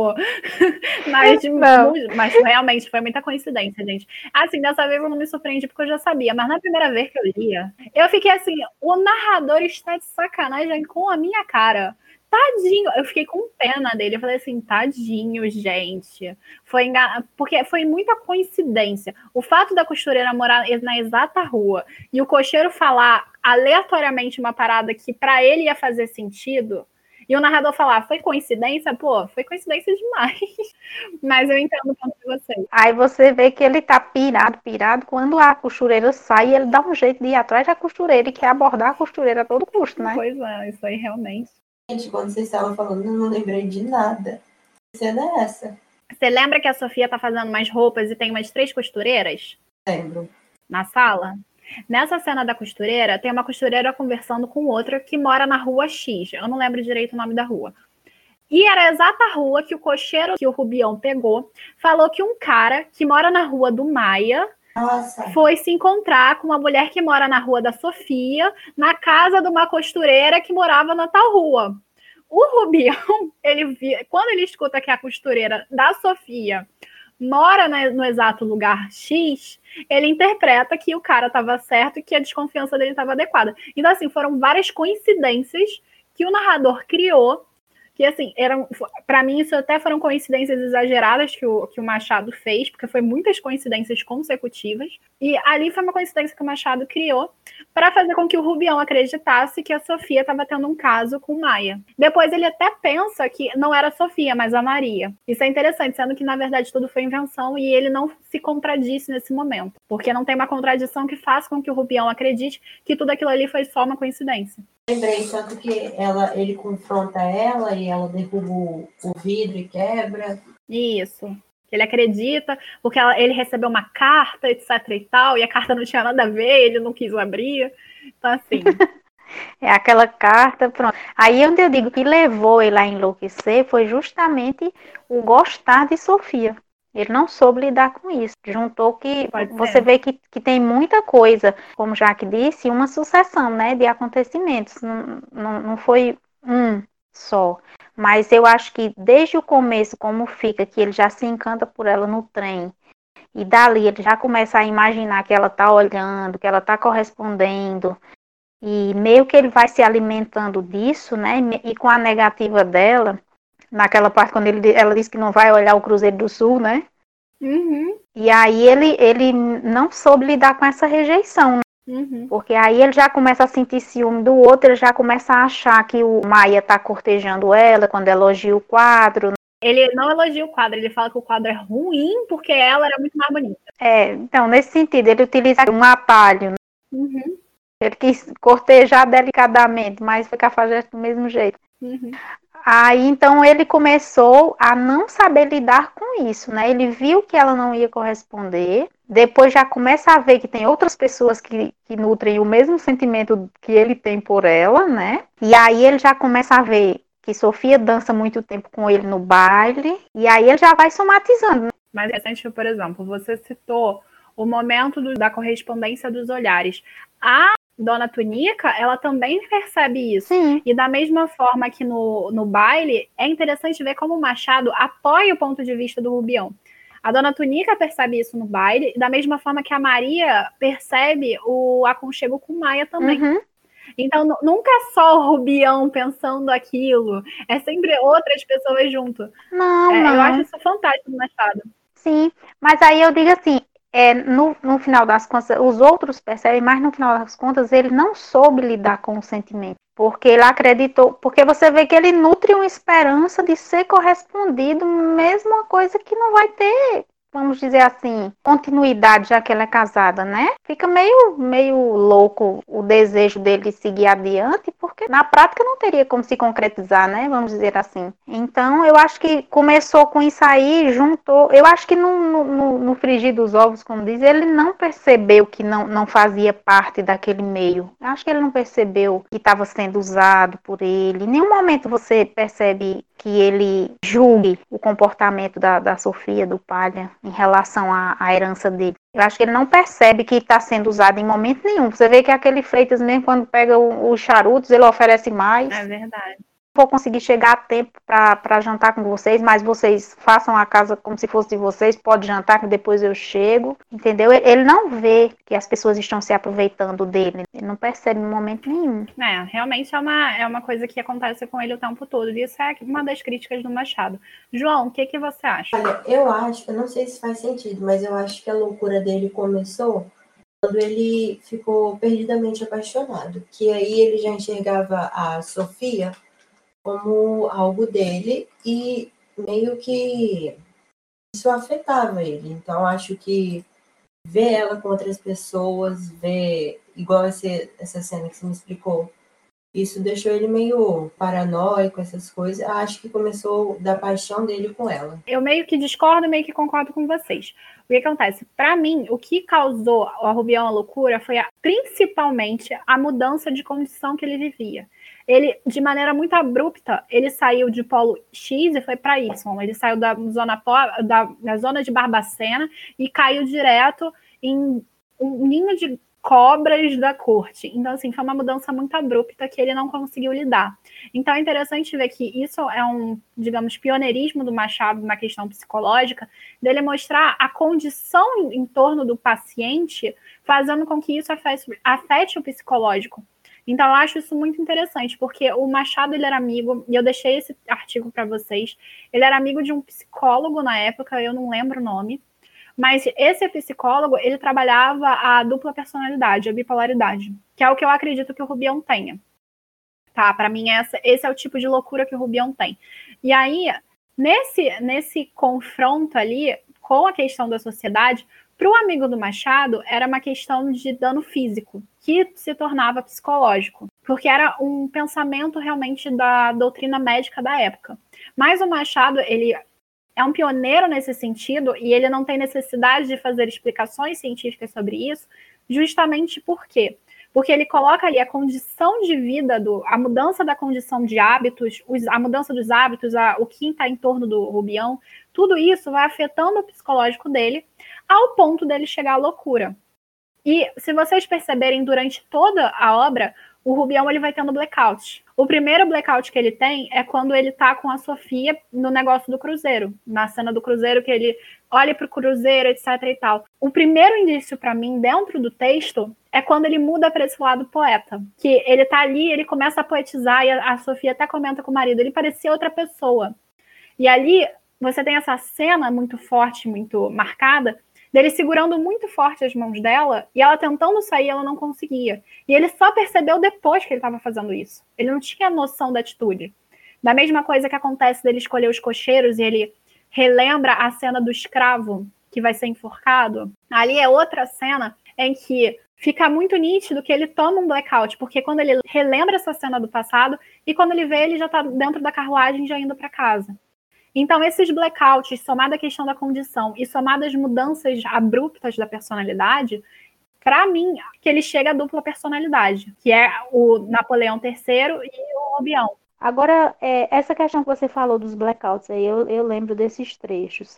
mas realmente foi muita coincidência, gente. Assim, dessa vez eu não me surpreendi porque eu já sabia, mas na primeira vez que eu lia, eu fiquei assim, o narrador está de sacanagem com a minha cara. Tadinho, eu fiquei com pena dele. Eu falei assim, tadinho, gente. Porque foi muita coincidência. O fato da costureira morar na exata rua e o cocheiro falar aleatoriamente uma parada que pra ele ia fazer sentido, e o narrador falar, foi coincidência? Pô, foi coincidência demais. Mas eu entendo o ponto de vocês. Aí você vê que ele tá pirado, quando a costureira sai, ele dá um jeito de ir atrás da costureira e quer abordar a costureira a todo custo, né? Pois é, isso aí realmente. Gente, quando vocês estavam falando, eu não lembrei de nada. Que cena é essa? Você lembra que a Sofia tá fazendo umas roupas e tem umas 3 costureiras? Lembro. Na sala? Nessa cena da costureira, tem uma costureira conversando com outra que mora na rua X. Eu não lembro direito o nome da rua. E era a exata rua que o cocheiro que o Rubião pegou falou que um cara que mora na rua do Maia foi se encontrar com uma mulher que mora na rua da Sofia, na casa de uma costureira que morava na tal rua. O Rubião, quando ele escuta que a costureira da Sofia mora no exato lugar X, ele interpreta que o cara estava certo e que a desconfiança dele estava adequada. Então, assim, foram várias coincidências que o narrador criou, que, assim, para mim, isso até foram coincidências exageradas que o Machado fez, porque foi muitas coincidências consecutivas, e ali foi uma coincidência que o Machado criou para fazer com que o Rubião acreditasse que a Sofia estava tendo um caso com Maia. Depois ele até pensa que não era a Sofia, mas a Maria. Isso é interessante, sendo que, na verdade, tudo foi invenção e ele não se contradisse nesse momento, porque não tem uma contradição que faça com que o Rubião acredite que tudo aquilo ali foi só uma coincidência. Lembrei, tanto que ele confronta ela e ela derruba o vidro e quebra. Isso. Ele acredita, porque ele recebeu uma carta, etc e tal, e a carta não tinha nada a ver, ele não quis abrir. Então, assim... É aquela carta, pronto. Aí onde eu digo que levou ele a enlouquecer foi justamente o gostar de Sofia. Ele não soube lidar com isso. Juntou que você vê que tem muita coisa, como Jaque disse, uma sucessão, né, de acontecimentos. Não foi um só. Mas eu acho que desde o começo, como fica, que ele já se encanta por ela no trem, e dali ele já começa a imaginar que ela está olhando, que ela está correspondendo, e meio que ele vai se alimentando disso, né, e com a negativa dela, naquela parte quando ela disse que não vai olhar o Cruzeiro do Sul, né? Uhum. E aí ele não soube lidar com essa rejeição, né? Uhum. Porque aí ele já começa a sentir ciúme do outro, ele já começa a achar que o Maia tá cortejando ela quando elogia o quadro. Ele não elogia o quadro, ele fala que o quadro é ruim porque ela era muito mais bonita. Então, nesse sentido, ele utiliza um atalho, né? Uhum. Ele quis cortejar delicadamente, mas foi cafajeste do mesmo jeito. Uhum. Aí, então, ele começou a não saber lidar com isso, né? Ele viu que ela não ia corresponder, depois já começa a ver que tem outras pessoas que nutrem o mesmo sentimento que ele tem por ela, né? E aí ele já começa a ver que Sofia dança muito tempo com ele no baile, e aí ele já vai somatizando, né? mais recente, por exemplo, você citou o momento da correspondência dos olhares. A Dona Tunica, ela também percebe isso. Sim. E da mesma forma que no baile, é interessante ver como o Machado apoia o ponto de vista do Rubião. A Dona Tunica percebe isso no baile, da mesma forma que a Maria percebe o aconchego com Maia também. Uhum. Então, nunca é só o Rubião pensando aquilo, é sempre outras pessoas junto. Não. Eu acho isso fantástico no Machado. Sim, mas aí eu digo assim, no final das contas, os outros percebem, mas no final das contas ele não soube lidar com o sentimento, porque ele acreditou, porque você vê que ele nutre uma esperança de ser correspondido, mesmo uma coisa que não vai ter, vamos dizer assim, continuidade, já que ela é casada, né? Fica meio louco o desejo dele de seguir adiante, porque na prática não teria como se concretizar, né? Vamos dizer assim. Então, eu acho que começou com isso aí, juntou. Eu acho que no frigir dos ovos, como diz, ele não percebeu que não fazia parte daquele meio. Eu acho que ele não percebeu que estava sendo usado por ele. Em nenhum momento você percebe que ele julgue o comportamento da Sofia, do Palha, em relação à herança dele. Eu acho que ele não percebe que está sendo usado em momento nenhum. Você vê que aquele Freitas mesmo, quando pega os charutos, ele oferece mais. É verdade. Vou conseguir chegar a tempo para jantar com vocês, mas vocês façam a casa como se fosse de vocês, pode jantar que depois eu chego, entendeu? Ele não vê que as pessoas estão se aproveitando dele, ele não percebe em momento nenhum. Realmente é uma coisa que acontece com ele o tempo todo, e isso é uma das críticas do Machado. João, o que você acha? Olha, eu não sei se faz sentido, mas eu acho que a loucura dele começou quando ele ficou perdidamente apaixonado, que aí ele já enxergava a Sofia como algo dele e meio que isso afetava ele. Então, acho que ver ela com outras pessoas, ver igual essa cena que você me explicou, isso deixou ele meio paranoico, essas coisas. Acho que começou da paixão dele com ela. Eu meio que discordo, meio que concordo com vocês. O que acontece? Para mim, o que causou a Rubião a loucura foi principalmente a mudança de condição que ele vivia. Ele, de maneira muito abrupta, ele saiu de polo X e foi para Y. Ele saiu da zona de Barbacena e caiu direto em um ninho de cobras da corte. Então, assim, foi uma mudança muito abrupta que ele não conseguiu lidar. Então, é interessante ver que isso é um, digamos, pioneirismo do Machado na questão psicológica, dele mostrar a condição em torno do paciente, fazendo com que isso afete o psicológico. Então, eu acho isso muito interessante, porque o Machado, ele era amigo, e eu deixei esse artigo para vocês, ele era amigo de um psicólogo na época, eu não lembro o nome, mas esse psicólogo, ele trabalhava a dupla personalidade, a bipolaridade, que é o que eu acredito que o Rubião tenha. Tá, para mim esse é o tipo de loucura que o Rubião tem. E aí, nesse confronto ali com a questão da sociedade, para o amigo do Machado, era uma questão de dano físico, que se tornava psicológico, porque era um pensamento realmente da doutrina médica da época. Mas o Machado, ele é um pioneiro nesse sentido, e ele não tem necessidade de fazer explicações científicas sobre isso, justamente por quê? Porque ele coloca ali a condição de vida, a mudança da condição de hábitos, a mudança dos hábitos, o que está em torno do Rubião, tudo isso vai afetando o psicológico dele, ao ponto dele chegar à loucura. E se vocês perceberem, durante toda a obra, o Rubião ele vai tendo blackout. O primeiro blackout que ele tem é quando ele tá com a Sofia no negócio do cruzeiro, na cena do cruzeiro, que ele olha pro cruzeiro, etc e tal. O primeiro indício para mim, dentro do texto, é quando ele muda para esse lado poeta. Que ele tá ali, ele começa a poetizar, e a Sofia até comenta com o marido, ele parecia outra pessoa. E ali, você tem essa cena muito forte, muito marcada, dele segurando muito forte as mãos dela, e ela tentando sair, ela não conseguia. E ele só percebeu depois que ele estava fazendo isso. Ele não tinha noção da atitude. Da mesma coisa que acontece dele escolher os cocheiros, e ele relembra a cena do escravo que vai ser enforcado. Ali é outra cena em que fica muito nítido que ele toma um blackout, porque quando ele relembra essa cena do passado, e quando ele vê, ele já está dentro da carruagem, já indo para casa. Então, esses blackouts, somado à questão da condição e somado às mudanças abruptas da personalidade, para mim, que ele chega à dupla personalidade, que é o Napoleão III e o Rubião. Agora, essa questão que você falou dos blackouts, aí eu lembro desses trechos.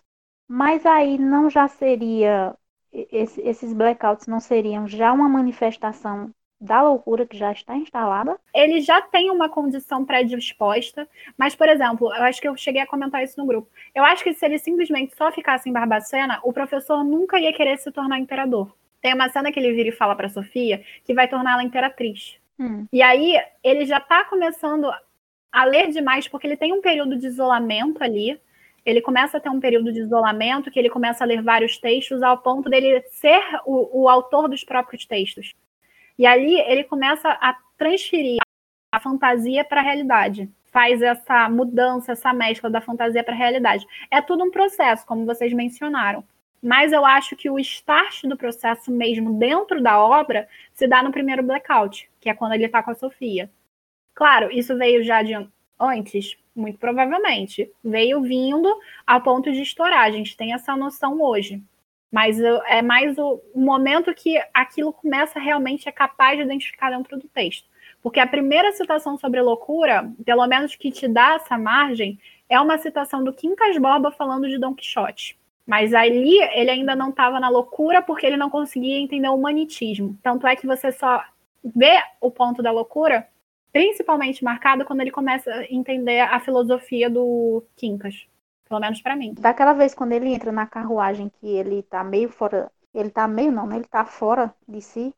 Mas aí não já seria, esses blackouts não seriam já uma manifestação da loucura que já está instalada? Ele já tem uma condição predisposta, mas, por exemplo, eu acho que eu cheguei a comentar isso no grupo. Eu acho que se ele simplesmente só ficasse em Barbacena, o professor nunca ia querer se tornar imperador. Tem uma cena que ele vira e fala para Sofia que vai torná-la imperatriz. E aí ele já está começando a ler demais, porque ele tem um período de isolamento ali. Ele começa a ter um período de isolamento, que ele começa a ler vários textos, ao ponto dele ser o autor dos próprios textos. E ali ele começa a transferir a fantasia para a realidade. Faz essa mudança, essa mescla da fantasia para a realidade. É tudo um processo, como vocês mencionaram. Mas eu acho que o start do processo mesmo dentro da obra se dá no primeiro blackout, que é quando ele está com a Sofia. Claro, isso veio já de antes, muito provavelmente. Veio vindo ao ponto de estourar. A gente tem essa noção hoje. Mas é mais o momento que aquilo começa realmente a capaz de identificar dentro do texto. Porque a primeira citação sobre loucura, pelo menos que te dá essa margem, é uma citação do Quincas Borba falando de Dom Quixote. Mas ali ele ainda não estava na loucura porque ele não conseguia entender o humanitismo. Tanto é que você só vê o ponto da loucura principalmente marcado quando ele começa a entender a filosofia do Quincas. Pelo menos para mim. Daquela vez quando ele entra na carruagem que ele tá meio fora... Ele tá meio não, né? Ele tá fora de si.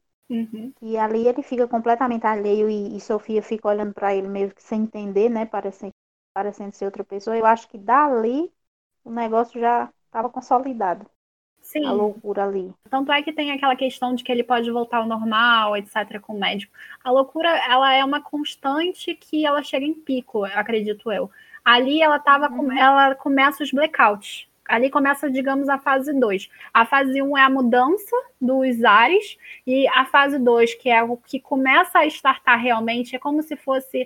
E ali ele fica completamente alheio e Sofia fica olhando para ele meio que sem entender, né? Parecendo ser outra pessoa. Eu acho que dali o negócio já estava consolidado. Sim. A loucura ali. Tanto é que tem aquela questão de que ele pode voltar ao normal, etc., com o médico. A loucura, ela é uma constante que ela chega em pico, acredito eu. Ali ela ela começa os blackouts. Ali começa, digamos, a fase 2. A fase 1 é a mudança dos ares, e a fase 2, que é o que começa a startar realmente, é como se fosse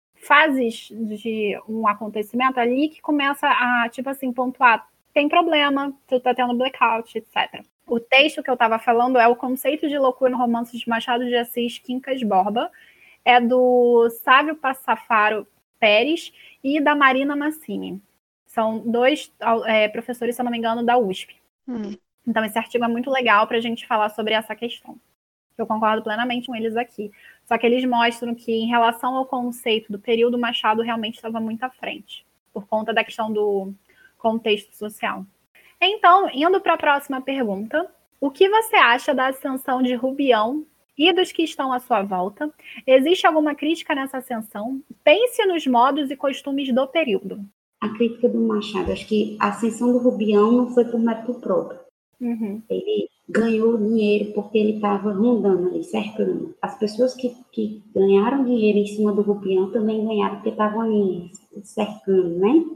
fases de um acontecimento ali que começa a, tipo assim, pontuar. Tem problema, tu tá tendo blackout, etc. O texto que eu estava falando é O Conceito de Loucura no Romance de Machado de Assis, Quincas Borba. É do Sávio Passafaro Pérez e da Marina Massini. São dois professores, se eu não me engano, da USP. Então esse artigo é muito legal para a gente falar sobre essa questão. Eu concordo plenamente com eles aqui. Só que eles mostram que, em relação ao conceito do período, Machado realmente estava muito à frente, por conta da questão do contexto social. Então, indo para a próxima pergunta, o que você acha da ascensão de Rubião e dos que estão à sua volta? Existe alguma crítica nessa ascensão? Pense nos modos e costumes do período. A crítica do Machado, acho que a ascensão do Rubião não foi por mérito próprio. Ele ganhou dinheiro porque ele estava rondando ali, cercando. As pessoas que ganharam dinheiro em cima do Rubião também ganharam porque estavam ali cercando,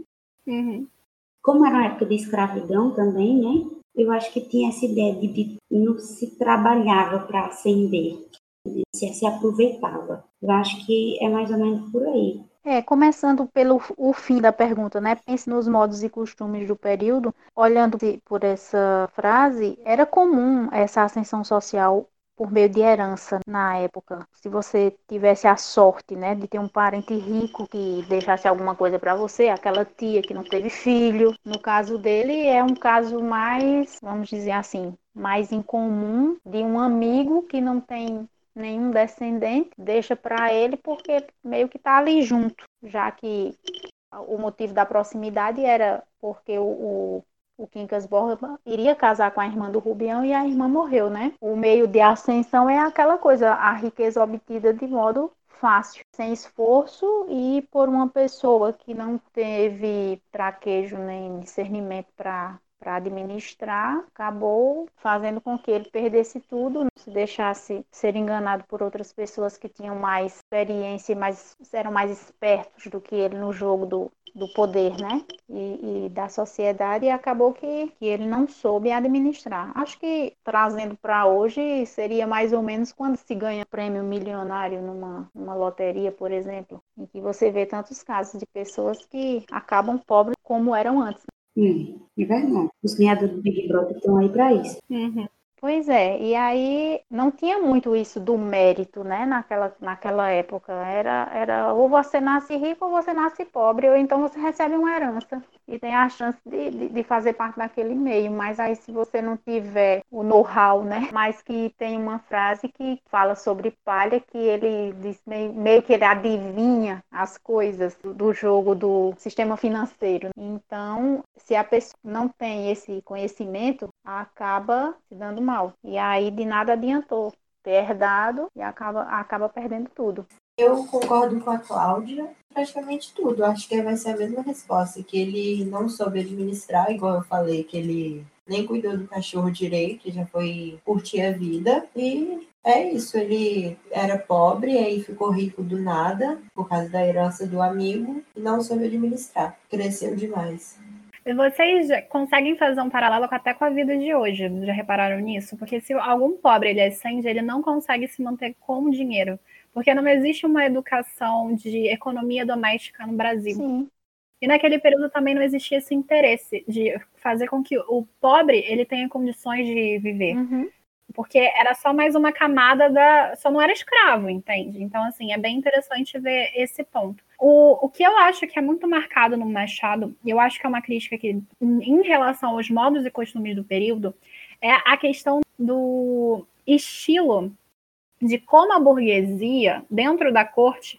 né? Como era uma época de escravidão também, né? Eu acho que tinha essa ideia de não se trabalhava para ascender, se aproveitava. Eu acho que é mais ou menos por aí. Começando pelo o fim da pergunta, né? Pense nos modos e costumes do período. Olhando por essa frase, era comum essa ascensão social por meio de herança na época. Se você tivesse a sorte, né, de ter um parente rico que deixasse alguma coisa para você, aquela tia que não teve filho. No caso dele, é um caso mais, vamos dizer assim, mais incomum de um amigo que não tem nenhum descendente, deixa para ele porque meio que tá ali junto, já que o motivo da proximidade era porque o Quincas Borba iria casar com a irmã do Rubião e a irmã morreu, né? O meio de ascensão é aquela coisa, a riqueza obtida de modo fácil, sem esforço e por uma pessoa que não teve traquejo nem discernimento para administrar, acabou fazendo com que ele perdesse tudo, não se deixasse ser enganado por outras pessoas que tinham mais experiência e eram mais espertos do que ele no jogo do poder, né? E da sociedade, e acabou que ele não soube administrar. Acho que, trazendo para hoje, seria mais ou menos quando se ganha prêmio milionário numa loteria, por exemplo, em que você vê tantos casos de pessoas que acabam pobres como eram antes. É verdade. Os ganhadores do Big Brother estão aí para isso. Pois é, e aí não tinha muito isso do mérito, né, naquela época. Era ou você nasce rico ou você nasce pobre, ou então você recebe uma herança e tem a chance de fazer parte daquele meio. Mas aí se você não tiver o know-how, né, mas que tem uma frase que fala sobre palha, que ele diz meio que ele adivinha as coisas do jogo do sistema financeiro. Então, se a pessoa não tem esse conhecimento, acaba se dando mal. E aí de nada adiantou ter herdado e acaba perdendo tudo. Eu concordo com a Cláudia, praticamente tudo. Acho que vai ser a mesma resposta, que ele não soube administrar, igual eu falei, que ele nem cuidou do cachorro direito, já foi curtir a vida. E é isso, ele era pobre, aí ficou rico do nada, por causa da herança do amigo, e não soube administrar. Cresceu demais. Vocês conseguem fazer um paralelo até com a vida de hoje, já repararam nisso? Porque se algum pobre ele ascende, ele não consegue se manter com dinheiro, porque não existe uma educação de economia doméstica no Brasil. Sim. E naquele período também não existia esse interesse de fazer com que o pobre ele tenha condições de viver. Uhum. Porque era só mais uma camada só não era escravo, entende? Então, assim, é bem interessante ver esse ponto. O que eu acho que é muito marcado no Machado, e eu acho que é uma crítica que, em relação aos modos e costumes do período, é a questão do estilo de como a burguesia, dentro da corte,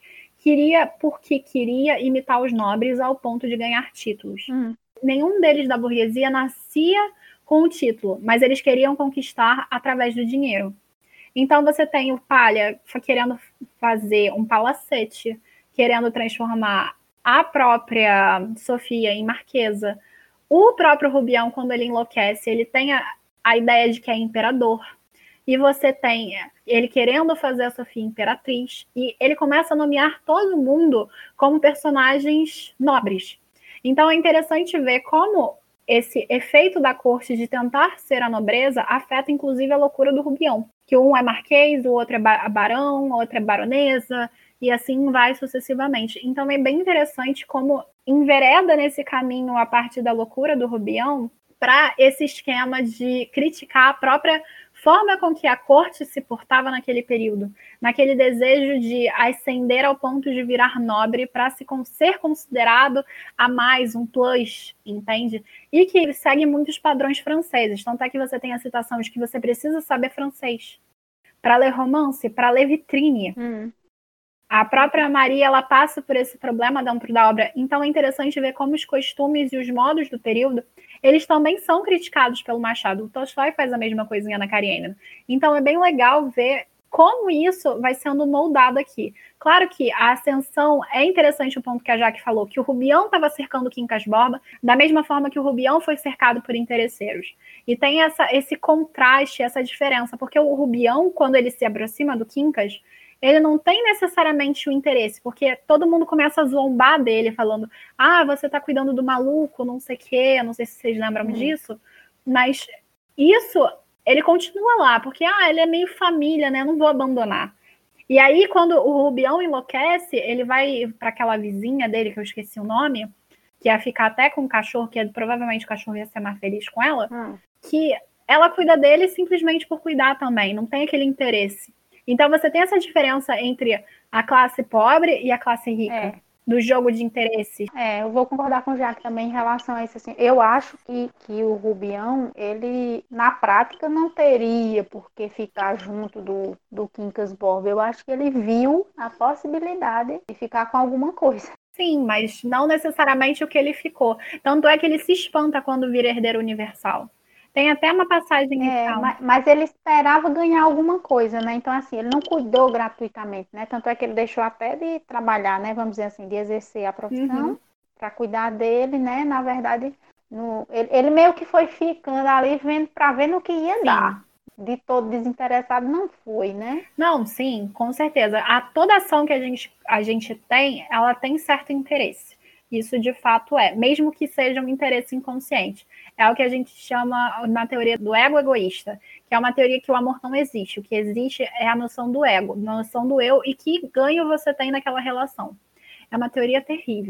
porque queria imitar os nobres ao ponto de ganhar títulos. Nenhum deles da burguesia nascia com o título, mas eles queriam conquistar através do dinheiro. Então você tem o Palha querendo fazer um palacete, querendo transformar a própria Sofia em marquesa. O próprio Rubião, quando ele enlouquece, ele tem a ideia de que é imperador. E você tem ele querendo fazer a Sofia imperatriz. E ele começa a nomear todo mundo como personagens nobres. Então é interessante ver como esse efeito da corte de tentar ser a nobreza afeta inclusive a loucura do Rubião. Que um é marquês, o outro é barão, o outro é baronesa, e assim vai sucessivamente. Então é bem interessante como envereda nesse caminho a parte da loucura do Rubião para esse esquema de criticar a própria forma com que a corte se portava naquele período, naquele desejo de ascender ao ponto de virar nobre para ser considerado a mais um plus, entende? E que segue muitos padrões franceses. Tanto é que você tem a citação de que você precisa saber francês para ler romance, para ler vitrine. A própria Maria, ela passa por esse problema dentro da obra. Então é interessante ver como os costumes e os modos do período, eles também são criticados pelo Machado. O Tolstói faz a mesma coisa em Ana Karenina. Então é bem legal ver como isso vai sendo moldado aqui. Claro que a ascensão é interessante o ponto que a Jaque falou, que o Rubião estava cercando o Quincas Borba, da mesma forma que o Rubião foi cercado por interesseiros. E tem esse contraste, essa diferença, porque o Rubião, quando ele se aproxima do Quincas, ele não tem necessariamente o interesse, porque todo mundo começa a zombar dele, falando, você tá cuidando do maluco, não sei o quê, não sei se vocês lembram disso, mas isso, ele continua lá, porque, ele é meio família, né, não vou abandonar. E aí, quando o Rubião enlouquece, ele vai para aquela vizinha dele, que eu esqueci o nome, que ia ficar até com o cachorro, que provavelmente o cachorro ia ser mais feliz com ela, que ela cuida dele simplesmente por cuidar também, não tem aquele interesse. Então você tem essa diferença entre a classe pobre e a classe rica, do jogo de interesse. Eu vou concordar com o Jaque também em relação a isso. Assim, eu acho que o Rubião, ele na prática não teria por que ficar junto do Quincas Borba. Eu acho que ele viu a possibilidade de ficar com alguma coisa. Sim, mas não necessariamente o que ele ficou. Tanto é que ele se espanta quando vira herdeiro universal. Tem até uma passagem mas ele esperava ganhar alguma coisa, né? Então, assim, ele não cuidou gratuitamente, né? Tanto é que ele deixou até de trabalhar, né? Vamos dizer assim, de exercer a profissão para cuidar dele, né? Na verdade, ele meio que foi ficando ali para ver no que ia dar. De todo desinteressado não foi, né? Não, sim, com certeza. Toda ação que a gente tem, ela tem certo interesse. Isso de fato mesmo que seja um interesse inconsciente. É o que a gente chama na teoria do ego egoísta, que é uma teoria que o amor não existe. O que existe é a noção do ego, a noção do eu e que ganho você tem naquela relação. É uma teoria terrível.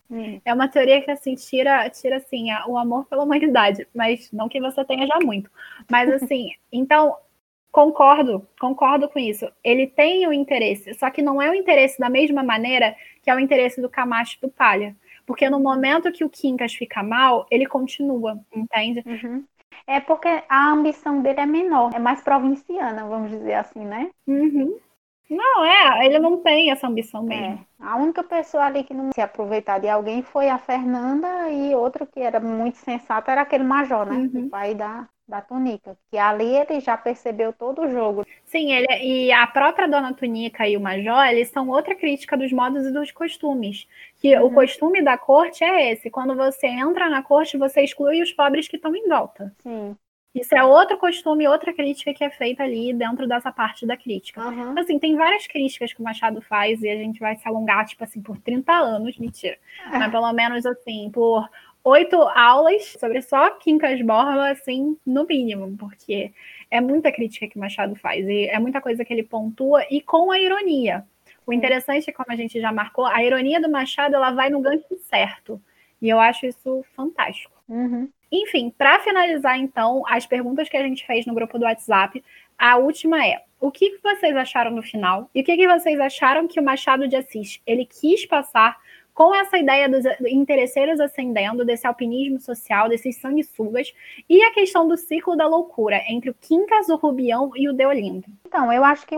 É uma teoria que, assim, tira assim, o amor pela humanidade, mas não que você tenha já muito. Mas, assim, então, concordo com isso. Ele tem o interesse, só que não é o interesse da mesma maneira que é o interesse do Camacho e do Palha. Porque no momento que o Quincas fica mal, ele continua, entende? Uhum. É porque a ambição dele é menor, é mais provinciana, vamos dizer assim, né? Uhum. Não, ele não tem essa ambição mesmo. A única pessoa ali que não se aproveitar de alguém foi a Fernanda e outro que era muito sensato era aquele major, né? O pai da Tunica. Que ali ele já percebeu todo o jogo. Sim, e a própria Dona Tunica e o Major, eles são outra crítica dos modos e dos costumes. Que o costume da corte é esse. Quando você entra na corte, você exclui os pobres que estão em volta. Sim. Isso é outro costume, outra crítica que é feita ali dentro dessa parte da crítica. Então, assim, tem várias críticas que o Machado faz e a gente vai se alongar, tipo assim, por 30 anos, mentira. Mas pelo menos, assim, por 8 aulas sobre só Quincas Borba, assim, no mínimo, porque é muita crítica que o Machado faz e é muita coisa que ele pontua e com a ironia. O interessante é, como a gente já marcou, a ironia do Machado, ela vai no gancho certo. E eu acho isso fantástico. Enfim, para finalizar, então, as perguntas que a gente fez no grupo do WhatsApp, a última é: o que vocês acharam no final? E o que vocês acharam que o Machado de Assis ele quis passar com essa ideia dos interesseiros ascendendo, desse alpinismo social, desses sanguessugas, e a questão do ciclo da loucura entre o Quincas, o Rubião e o Deolindo? Então, eu acho que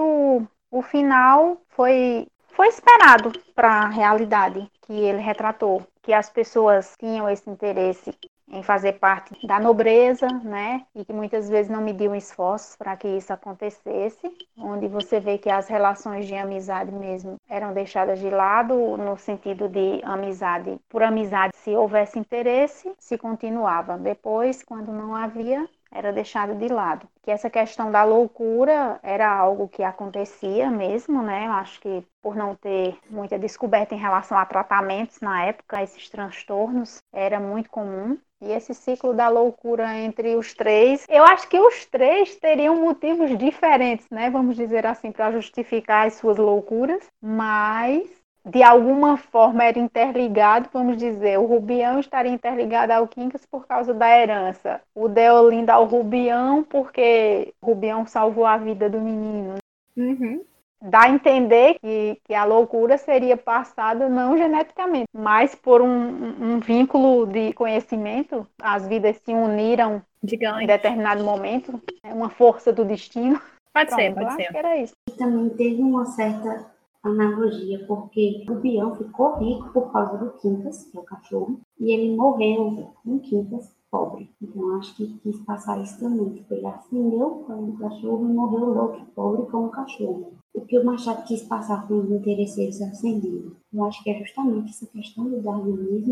o final foi esperado para a realidade que ele retratou, que as pessoas tinham esse interesse em fazer parte da nobreza, né? E que muitas vezes não mediam esforços para que isso acontecesse, onde você vê que as relações de amizade mesmo eram deixadas de lado, no sentido de amizade, por amizade, se houvesse interesse, se continuava. Depois, quando não havia, era deixado de lado. Que essa questão da loucura era algo que acontecia mesmo, né? Eu acho que por não ter muita descoberta em relação a tratamentos na época, esses transtornos era muito comum. E esse ciclo da loucura entre os três, eu acho que os três teriam motivos diferentes, né? Vamos dizer assim, para justificar as suas loucuras, mas de alguma forma era interligado, vamos dizer, o Rubião estaria interligado ao Quincas por causa da herança, o Deolindo ao Rubião porque o Rubião salvou a vida do menino. Dá a entender que a loucura seria passada não geneticamente, mas por um vínculo de conhecimento. As vidas se uniram em determinado momento, é uma força do destino. Pode ser. Acho que era isso. E também teve uma certa analogia, porque o Rubião ficou rico por causa do Quincas, que é o cachorro, e ele morreu com o Quincas pobre. Então acho que quis passar isso também, tipo, ele acendeu com o cachorro e morreu louco pobre com o cachorro. O que o Machado quis passar com os interesseiros ascendendo. Eu acho que é justamente essa questão do darwinismo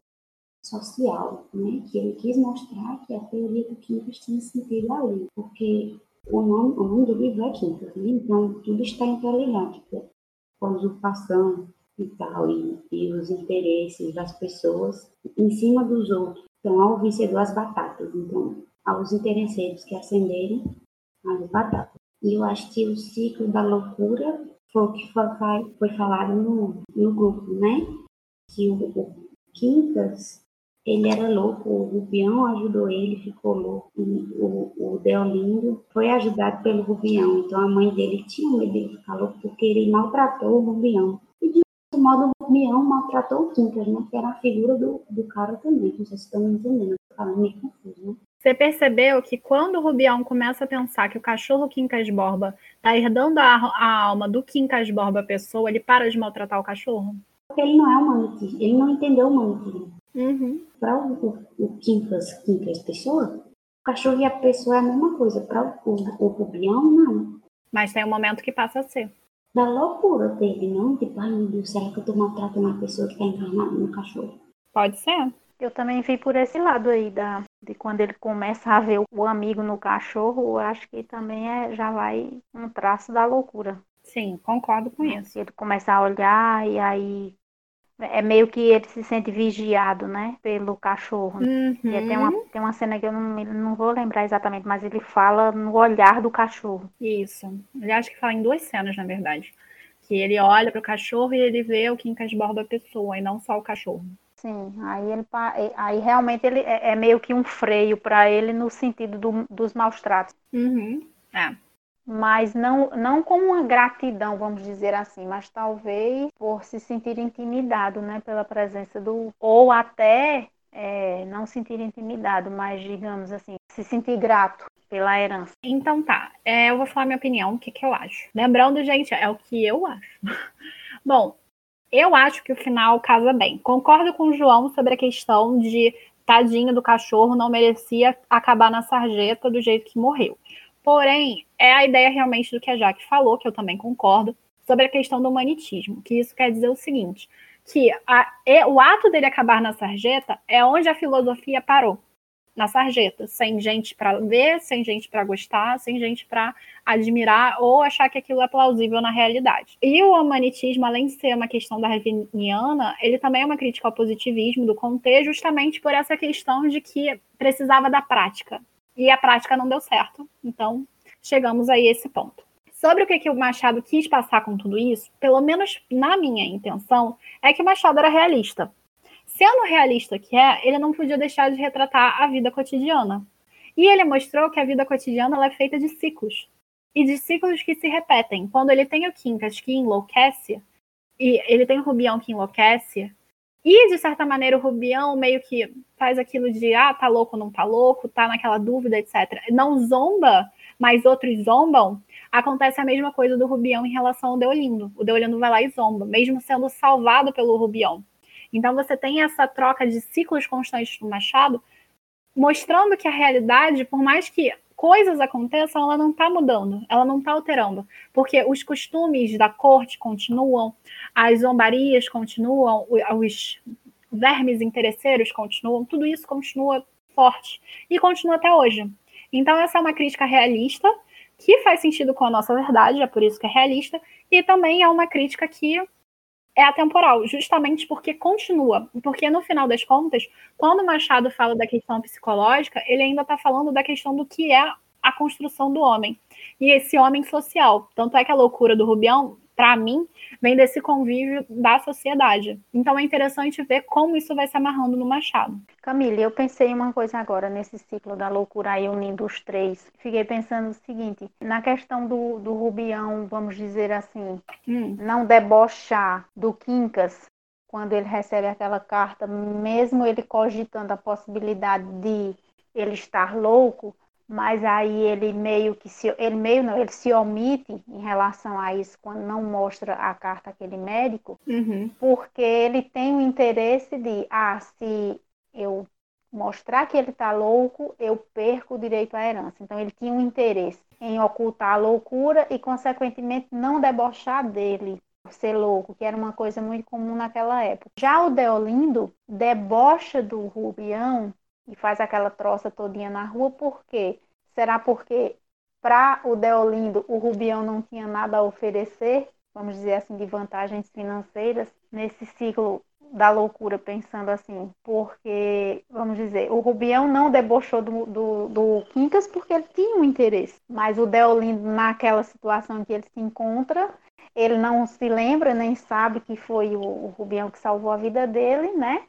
social, né? Que ele quis mostrar que a teoria do Quincas tinha sentido ali, porque o nome do livro é Quincas, né? Então tudo está interligado, tipo, a usurpação e tal, e os interesses das pessoas em cima dos outros. Então, ao vencedor as batatas. Então, aos interesseiros que ascenderem as batatas. E eu acho que o ciclo da loucura foi o que foi falado no grupo, né? Que o Quincas, ele era louco, o Rubião ajudou ele, ficou louco. E o Deolindo foi ajudado pelo Rubião. Então, a mãe dele tinha medo de ficar louco porque ele maltratou o Rubião. E, de outro modo, o Rubião maltratou o Quincas, né? Que era a figura do cara também. Não sei se estão me entendendo. Estou falando meio confuso, né? Você percebeu que quando o Rubião começa a pensar que o cachorro Quincas Borba está herdando a alma do Quincas Borba pessoa, ele para de maltratar o cachorro? Porque ele não é humanitismo, ele não entendeu o humanitismo. Para o Quincas pessoa, o cachorro e a pessoa é a mesma coisa. Para o Rubião, não. Mas tem um momento que passa a ser. Da loucura dele, não? Tipo, ai meu Deus, será que eu estou maltratando uma pessoa que está encarnada no cachorro? Pode ser. Eu também vi por esse lado aí, de quando ele começa a ver o amigo no cachorro, eu acho que também já vai um traço da loucura. Sim, concordo com isso. Ele começa a olhar e aí é meio que ele se sente vigiado, né, pelo cachorro. E tem uma cena que eu não vou lembrar exatamente, mas ele fala no olhar do cachorro. Isso. Ele acho que fala em 2 cenas, na verdade. Que ele olha para o cachorro e ele vê o Quincas Borba pessoa, e não só o cachorro. Sim, aí realmente ele é meio que um freio para ele no sentido dos maus tratos. Uhum. Mas não com uma gratidão, vamos dizer assim, mas talvez por se sentir intimidado, né, pela presença ou até não sentir intimidado, mas digamos assim, se sentir grato pela herança. Então tá, eu vou falar minha opinião, o que eu acho. Lembrando, gente, é o que eu acho. Bom, eu acho que o final casa bem. Concordo com o João sobre a questão de tadinho do cachorro, não merecia acabar na sarjeta do jeito que morreu. Porém, é a ideia realmente do que a Jaque falou, que eu também concordo, sobre a questão do humanitismo, que isso quer dizer o seguinte, que o ato dele acabar na sarjeta é onde a filosofia parou. Na sarjeta, sem gente para ver, sem gente para gostar, sem gente para admirar ou achar que aquilo é plausível na realidade. E o humanitismo, além de ser uma questão darwiniana, ele também é uma crítica ao positivismo do Comte, justamente por essa questão de que precisava da prática. E a prática não deu certo. Então, chegamos aí a esse ponto. Sobre o que o Machado quis passar com tudo isso, pelo menos na minha intenção, é que o Machado era realista. Sendo realista que ele não podia deixar de retratar a vida cotidiana. E ele mostrou que a vida cotidiana ela é feita de ciclos. E de ciclos que se repetem. Quando ele tem o Quincas que enlouquece, e ele tem o Rubião que enlouquece, e de certa maneira o Rubião meio que faz aquilo de tá louco, não tá louco, tá naquela dúvida, etc. Não zomba, mas outros zombam, acontece a mesma coisa do Rubião em relação ao Deolindo. O Deolindo vai lá e zomba, mesmo sendo salvado pelo Rubião. Então você tem essa troca de ciclos constantes do Machado, mostrando que a realidade, por mais que coisas aconteçam, ela não está mudando, ela não está alterando, porque os costumes da corte continuam, as zombarias continuam, os vermes interesseiros continuam, tudo isso continua forte e continua até hoje. Então essa é uma crítica realista, que faz sentido com a nossa verdade, é por isso que é realista, e também é uma crítica que é atemporal, justamente porque continua. Porque, no final das contas, quando o Machado fala da questão psicológica, ele ainda está falando da questão do que é a construção do homem. E esse homem social. Tanto é que a loucura do Rubião, para mim, vem desse convívio da sociedade. Então é interessante ver como isso vai se amarrando no Machado. Camille, eu pensei em uma coisa agora, nesse ciclo da loucura aí, unindo os três. Fiquei pensando o seguinte, na questão do Rubião, vamos dizer assim, não debochar do Quincas, quando ele recebe aquela carta, mesmo ele cogitando a possibilidade de ele estar louco, mas aí ele meio que ele se omite em relação a isso quando não mostra a carta àquele médico, porque ele tem o interesse de, se eu mostrar que ele está louco, eu perco o direito à herança. Então ele tinha um interesse em ocultar a loucura e, consequentemente, não debochar dele, ser louco, que era uma coisa muito comum naquela época. Já o Deolindo debocha do Rubião e faz aquela troça todinha na rua, por quê? Será porque para o Deolindo o Rubião não tinha nada a oferecer, vamos dizer assim, de vantagens financeiras, nesse ciclo da loucura, pensando assim, porque, vamos dizer, o Rubião não debochou do Quincas porque ele tinha um interesse, mas o Deolindo, naquela situação em que ele se encontra, ele não se lembra, nem sabe que foi o Rubião que salvou a vida dele, né?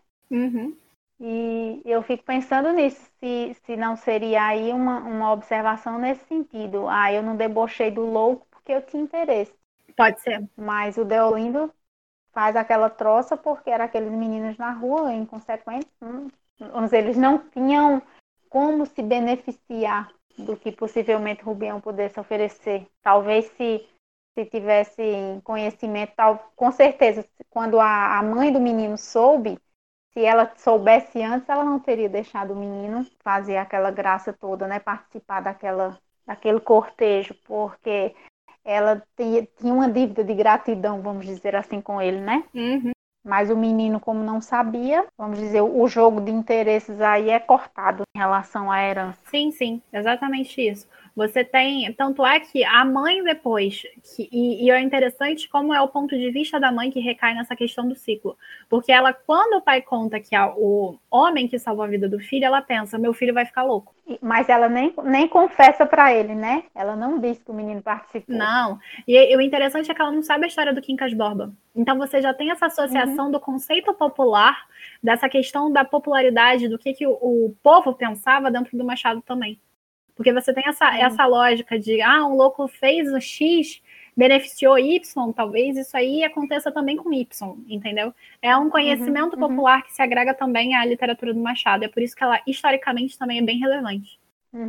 E eu fico pensando nisso, se não seria aí uma observação nesse sentido. Eu não debochei do louco porque eu tinha interesse. Pode ser. Mas o Deolindo faz aquela troça porque eram aqueles meninos na rua, inconsequentes. Eles não tinham como se beneficiar do que possivelmente Rubião pudesse oferecer. Talvez se tivesse conhecimento, com certeza, quando a mãe do menino soube, se ela soubesse antes, ela não teria deixado o menino fazer aquela graça toda, né? Participar daquele cortejo, porque ela tinha uma dívida de gratidão, vamos dizer assim, com ele, né? Mas o menino, como não sabia, vamos dizer, o jogo de interesses aí é cortado em relação à herança. Sim, exatamente isso. Você tem, tanto é que a mãe depois, e é interessante como é o ponto de vista da mãe que recai nessa questão do ciclo. Porque ela, quando o pai conta que é o homem que salvou a vida do filho, ela pensa, meu filho vai ficar louco. Mas ela nem confessa para ele, né? Ela não diz que o menino participou. Não. E o interessante é que ela não sabe a história do Quincas Borba. Então você já tem essa associação do conceito popular, dessa questão da popularidade, do que o povo pensava dentro do Machado também. Porque você tem essa lógica de, um louco fez o X, beneficiou Y, talvez isso aí aconteça também com Y, entendeu? É um conhecimento popular que se agrega também à literatura do Machado. É por isso que ela, historicamente, também é bem relevante.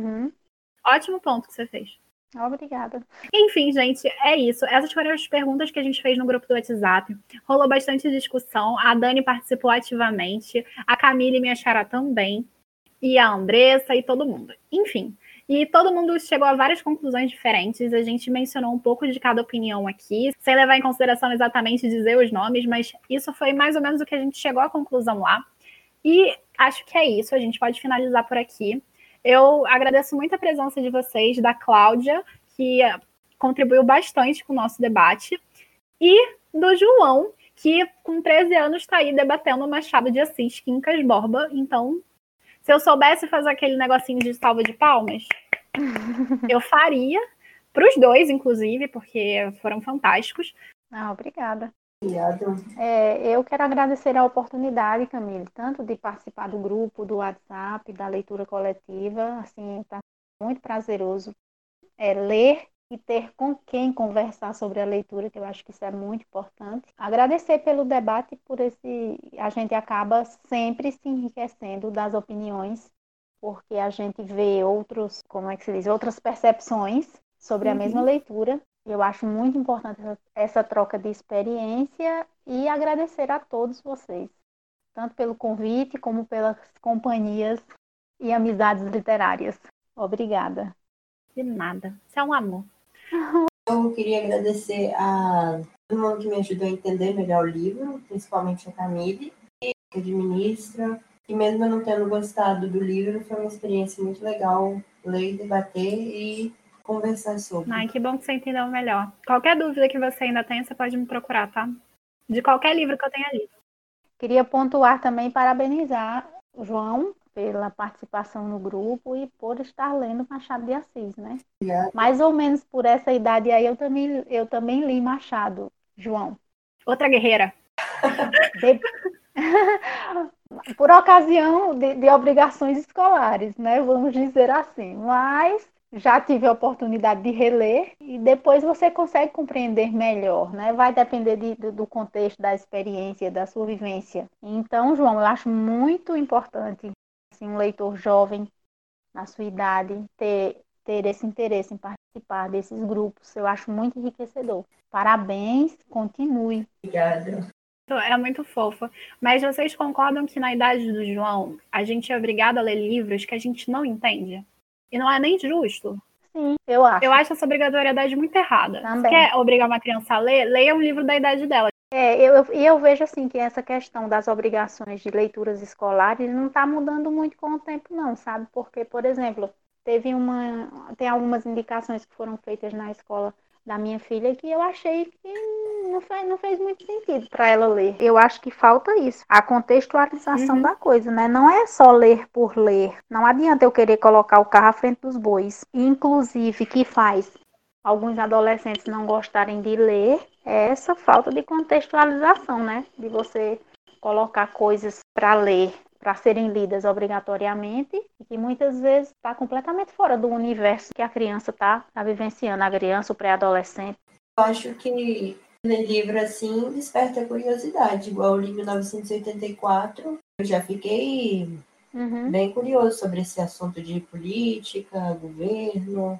Ótimo ponto que você fez. Obrigada. Enfim, gente, é isso. Essas foram as perguntas que a gente fez no grupo do WhatsApp. Rolou bastante discussão. A Dani participou ativamente. A Camille e minha Xará também. E a Andressa e todo mundo. Enfim. E todo mundo chegou a várias conclusões diferentes. A gente mencionou um pouco de cada opinião aqui, sem levar em consideração exatamente dizer os nomes, mas isso foi mais ou menos o que a gente chegou à conclusão lá. E acho que é isso. A gente pode finalizar por aqui. Eu agradeço muito a presença de vocês, da Cláudia, que contribuiu bastante com o nosso debate, e do João, que com 13 anos está aí debatendo Machado de Assis, Quincas Borba. Então, se eu soubesse fazer aquele negocinho de salva de palmas, eu faria, para os dois, inclusive, porque foram fantásticos. Obrigada. Obrigada. Eu quero agradecer a oportunidade, Camille, tanto de participar do grupo, do WhatsApp, da leitura coletiva. Assim, está muito prazeroso ler e ter com quem conversar sobre a leitura, que eu acho que isso é muito importante. Agradecer pelo debate, a gente acaba sempre se enriquecendo das opiniões, porque a gente vê outras percepções sobre a mesma leitura. Eu acho muito importante essa troca de experiência e agradecer a todos vocês, tanto pelo convite como pelas companhias e amizades literárias. Obrigada. De nada. Isso é um amor. Eu queria agradecer a todo mundo que me ajudou a entender melhor o livro, principalmente a Camille, que administra. E mesmo eu não tendo gostado do livro, foi uma experiência muito legal ler, debater e conversar sobre. Ai, que bom que você entendeu melhor. Qualquer dúvida que você ainda tenha, você pode me procurar, tá? De qualquer livro que eu tenha lido. Queria pontuar também e parabenizar o João pela participação no grupo e por estar lendo Machado de Assis, né? Obrigada. Mais ou menos por essa idade aí, eu também li Machado, João. Outra guerreira. Por ocasião de obrigações escolares, né? Vamos dizer assim. Mas já tive a oportunidade de reler e depois você consegue compreender melhor, né? Vai depender do contexto, da experiência, da sua vivência. Então, João, eu acho muito importante assim, um leitor jovem, na sua idade, ter esse interesse em participar desses grupos. Eu acho muito enriquecedor. Parabéns, continue. Obrigada. É muito fofo. Mas vocês concordam que na idade do João, a gente é obrigado a ler livros que a gente não entende? E não é nem justo. Sim, eu acho. Eu acho essa obrigatoriedade muito errada. Também. Se quer obrigar uma criança a ler, leia um livro da idade dela. Eu vejo assim que essa questão das obrigações de leituras escolares não está mudando muito com o tempo, não, sabe? Porque, por exemplo, tem algumas indicações que foram feitas na escola da minha filha que eu achei que não fez muito sentido para ela ler. Eu acho que falta isso, a contextualização da coisa, né? Não é só ler por ler. Não adianta eu querer colocar o carro à frente dos bois. Inclusive, que faz alguns adolescentes não gostarem de ler é essa falta de contextualização, né? De você colocar coisas para ler, para serem lidas obrigatoriamente e que muitas vezes está completamente fora do universo que a criança está vivenciando, a criança, o pré-adolescente. Eu acho que ler livro assim desperta curiosidade, igual o livro 1984. Eu já fiquei bem curioso sobre esse assunto de política, governo,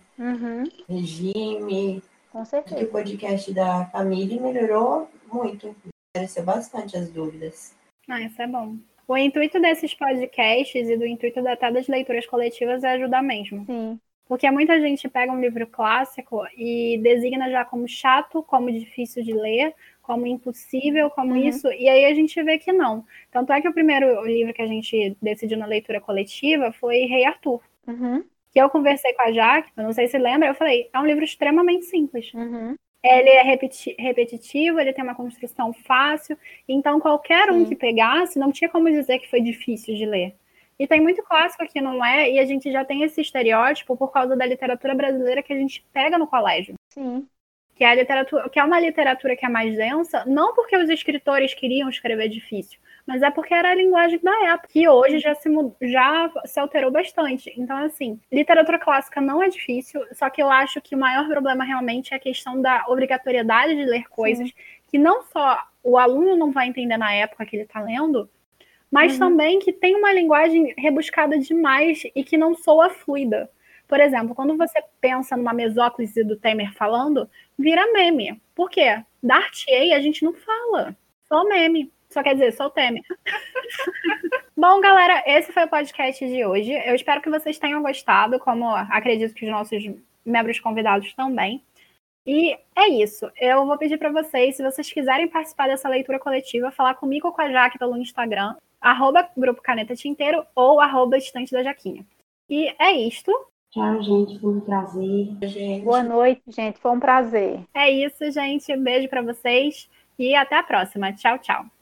regime. Com certeza. E o podcast da Camille melhorou muito, esclareceu bastante as dúvidas. Isso é bom. O intuito desses podcasts e do intuito até das leituras coletivas é ajudar mesmo. Sim. Porque muita gente pega um livro clássico e designa já como chato, como difícil de ler, como impossível, como isso, e aí a gente vê que não. Tanto é que o primeiro livro que a gente decidiu na leitura coletiva foi Rei Arthur. que eu conversei com a Jaque, eu não sei se lembra, eu falei, é um livro extremamente simples. Uhum. Ele é repetitivo, ele tem uma construção fácil, então qualquer um Sim. que pegasse, não tinha como dizer que foi difícil de ler. E tem muito clássico que não é, e a gente já tem esse estereótipo por causa da literatura brasileira que a gente pega no colégio. Sim. Que é a literatura, que é uma literatura que é mais densa, não porque os escritores queriam escrever difícil, mas é porque era a linguagem da época, que hoje já se alterou bastante. Então, assim, literatura clássica não é difícil, só que eu acho que o maior problema realmente é a questão da obrigatoriedade de ler coisas Sim. que não só o aluno não vai entender na época que ele está lendo, mas também que tem uma linguagem rebuscada demais e que não soa fluida. Por exemplo, quando você pensa numa mesóclise do Temer falando, vira meme. Por quê? Dar-te-ei a gente não fala. Só meme. Só quer dizer, só o Temer. Bom, galera, esse foi o podcast de hoje. Eu espero que vocês tenham gostado, como acredito que os nossos membros convidados também. E é isso. Eu vou pedir para vocês, se vocês quiserem participar dessa leitura coletiva, falar comigo ou com a Jaque pelo Instagram, @Grupo Caneta Tinteiro ou @Estante da Jaquinha. E é isto. Tchau, gente. Foi um prazer. Gente. Boa noite, gente. Foi um prazer. É isso, gente. Beijo para vocês e até a próxima. Tchau, tchau.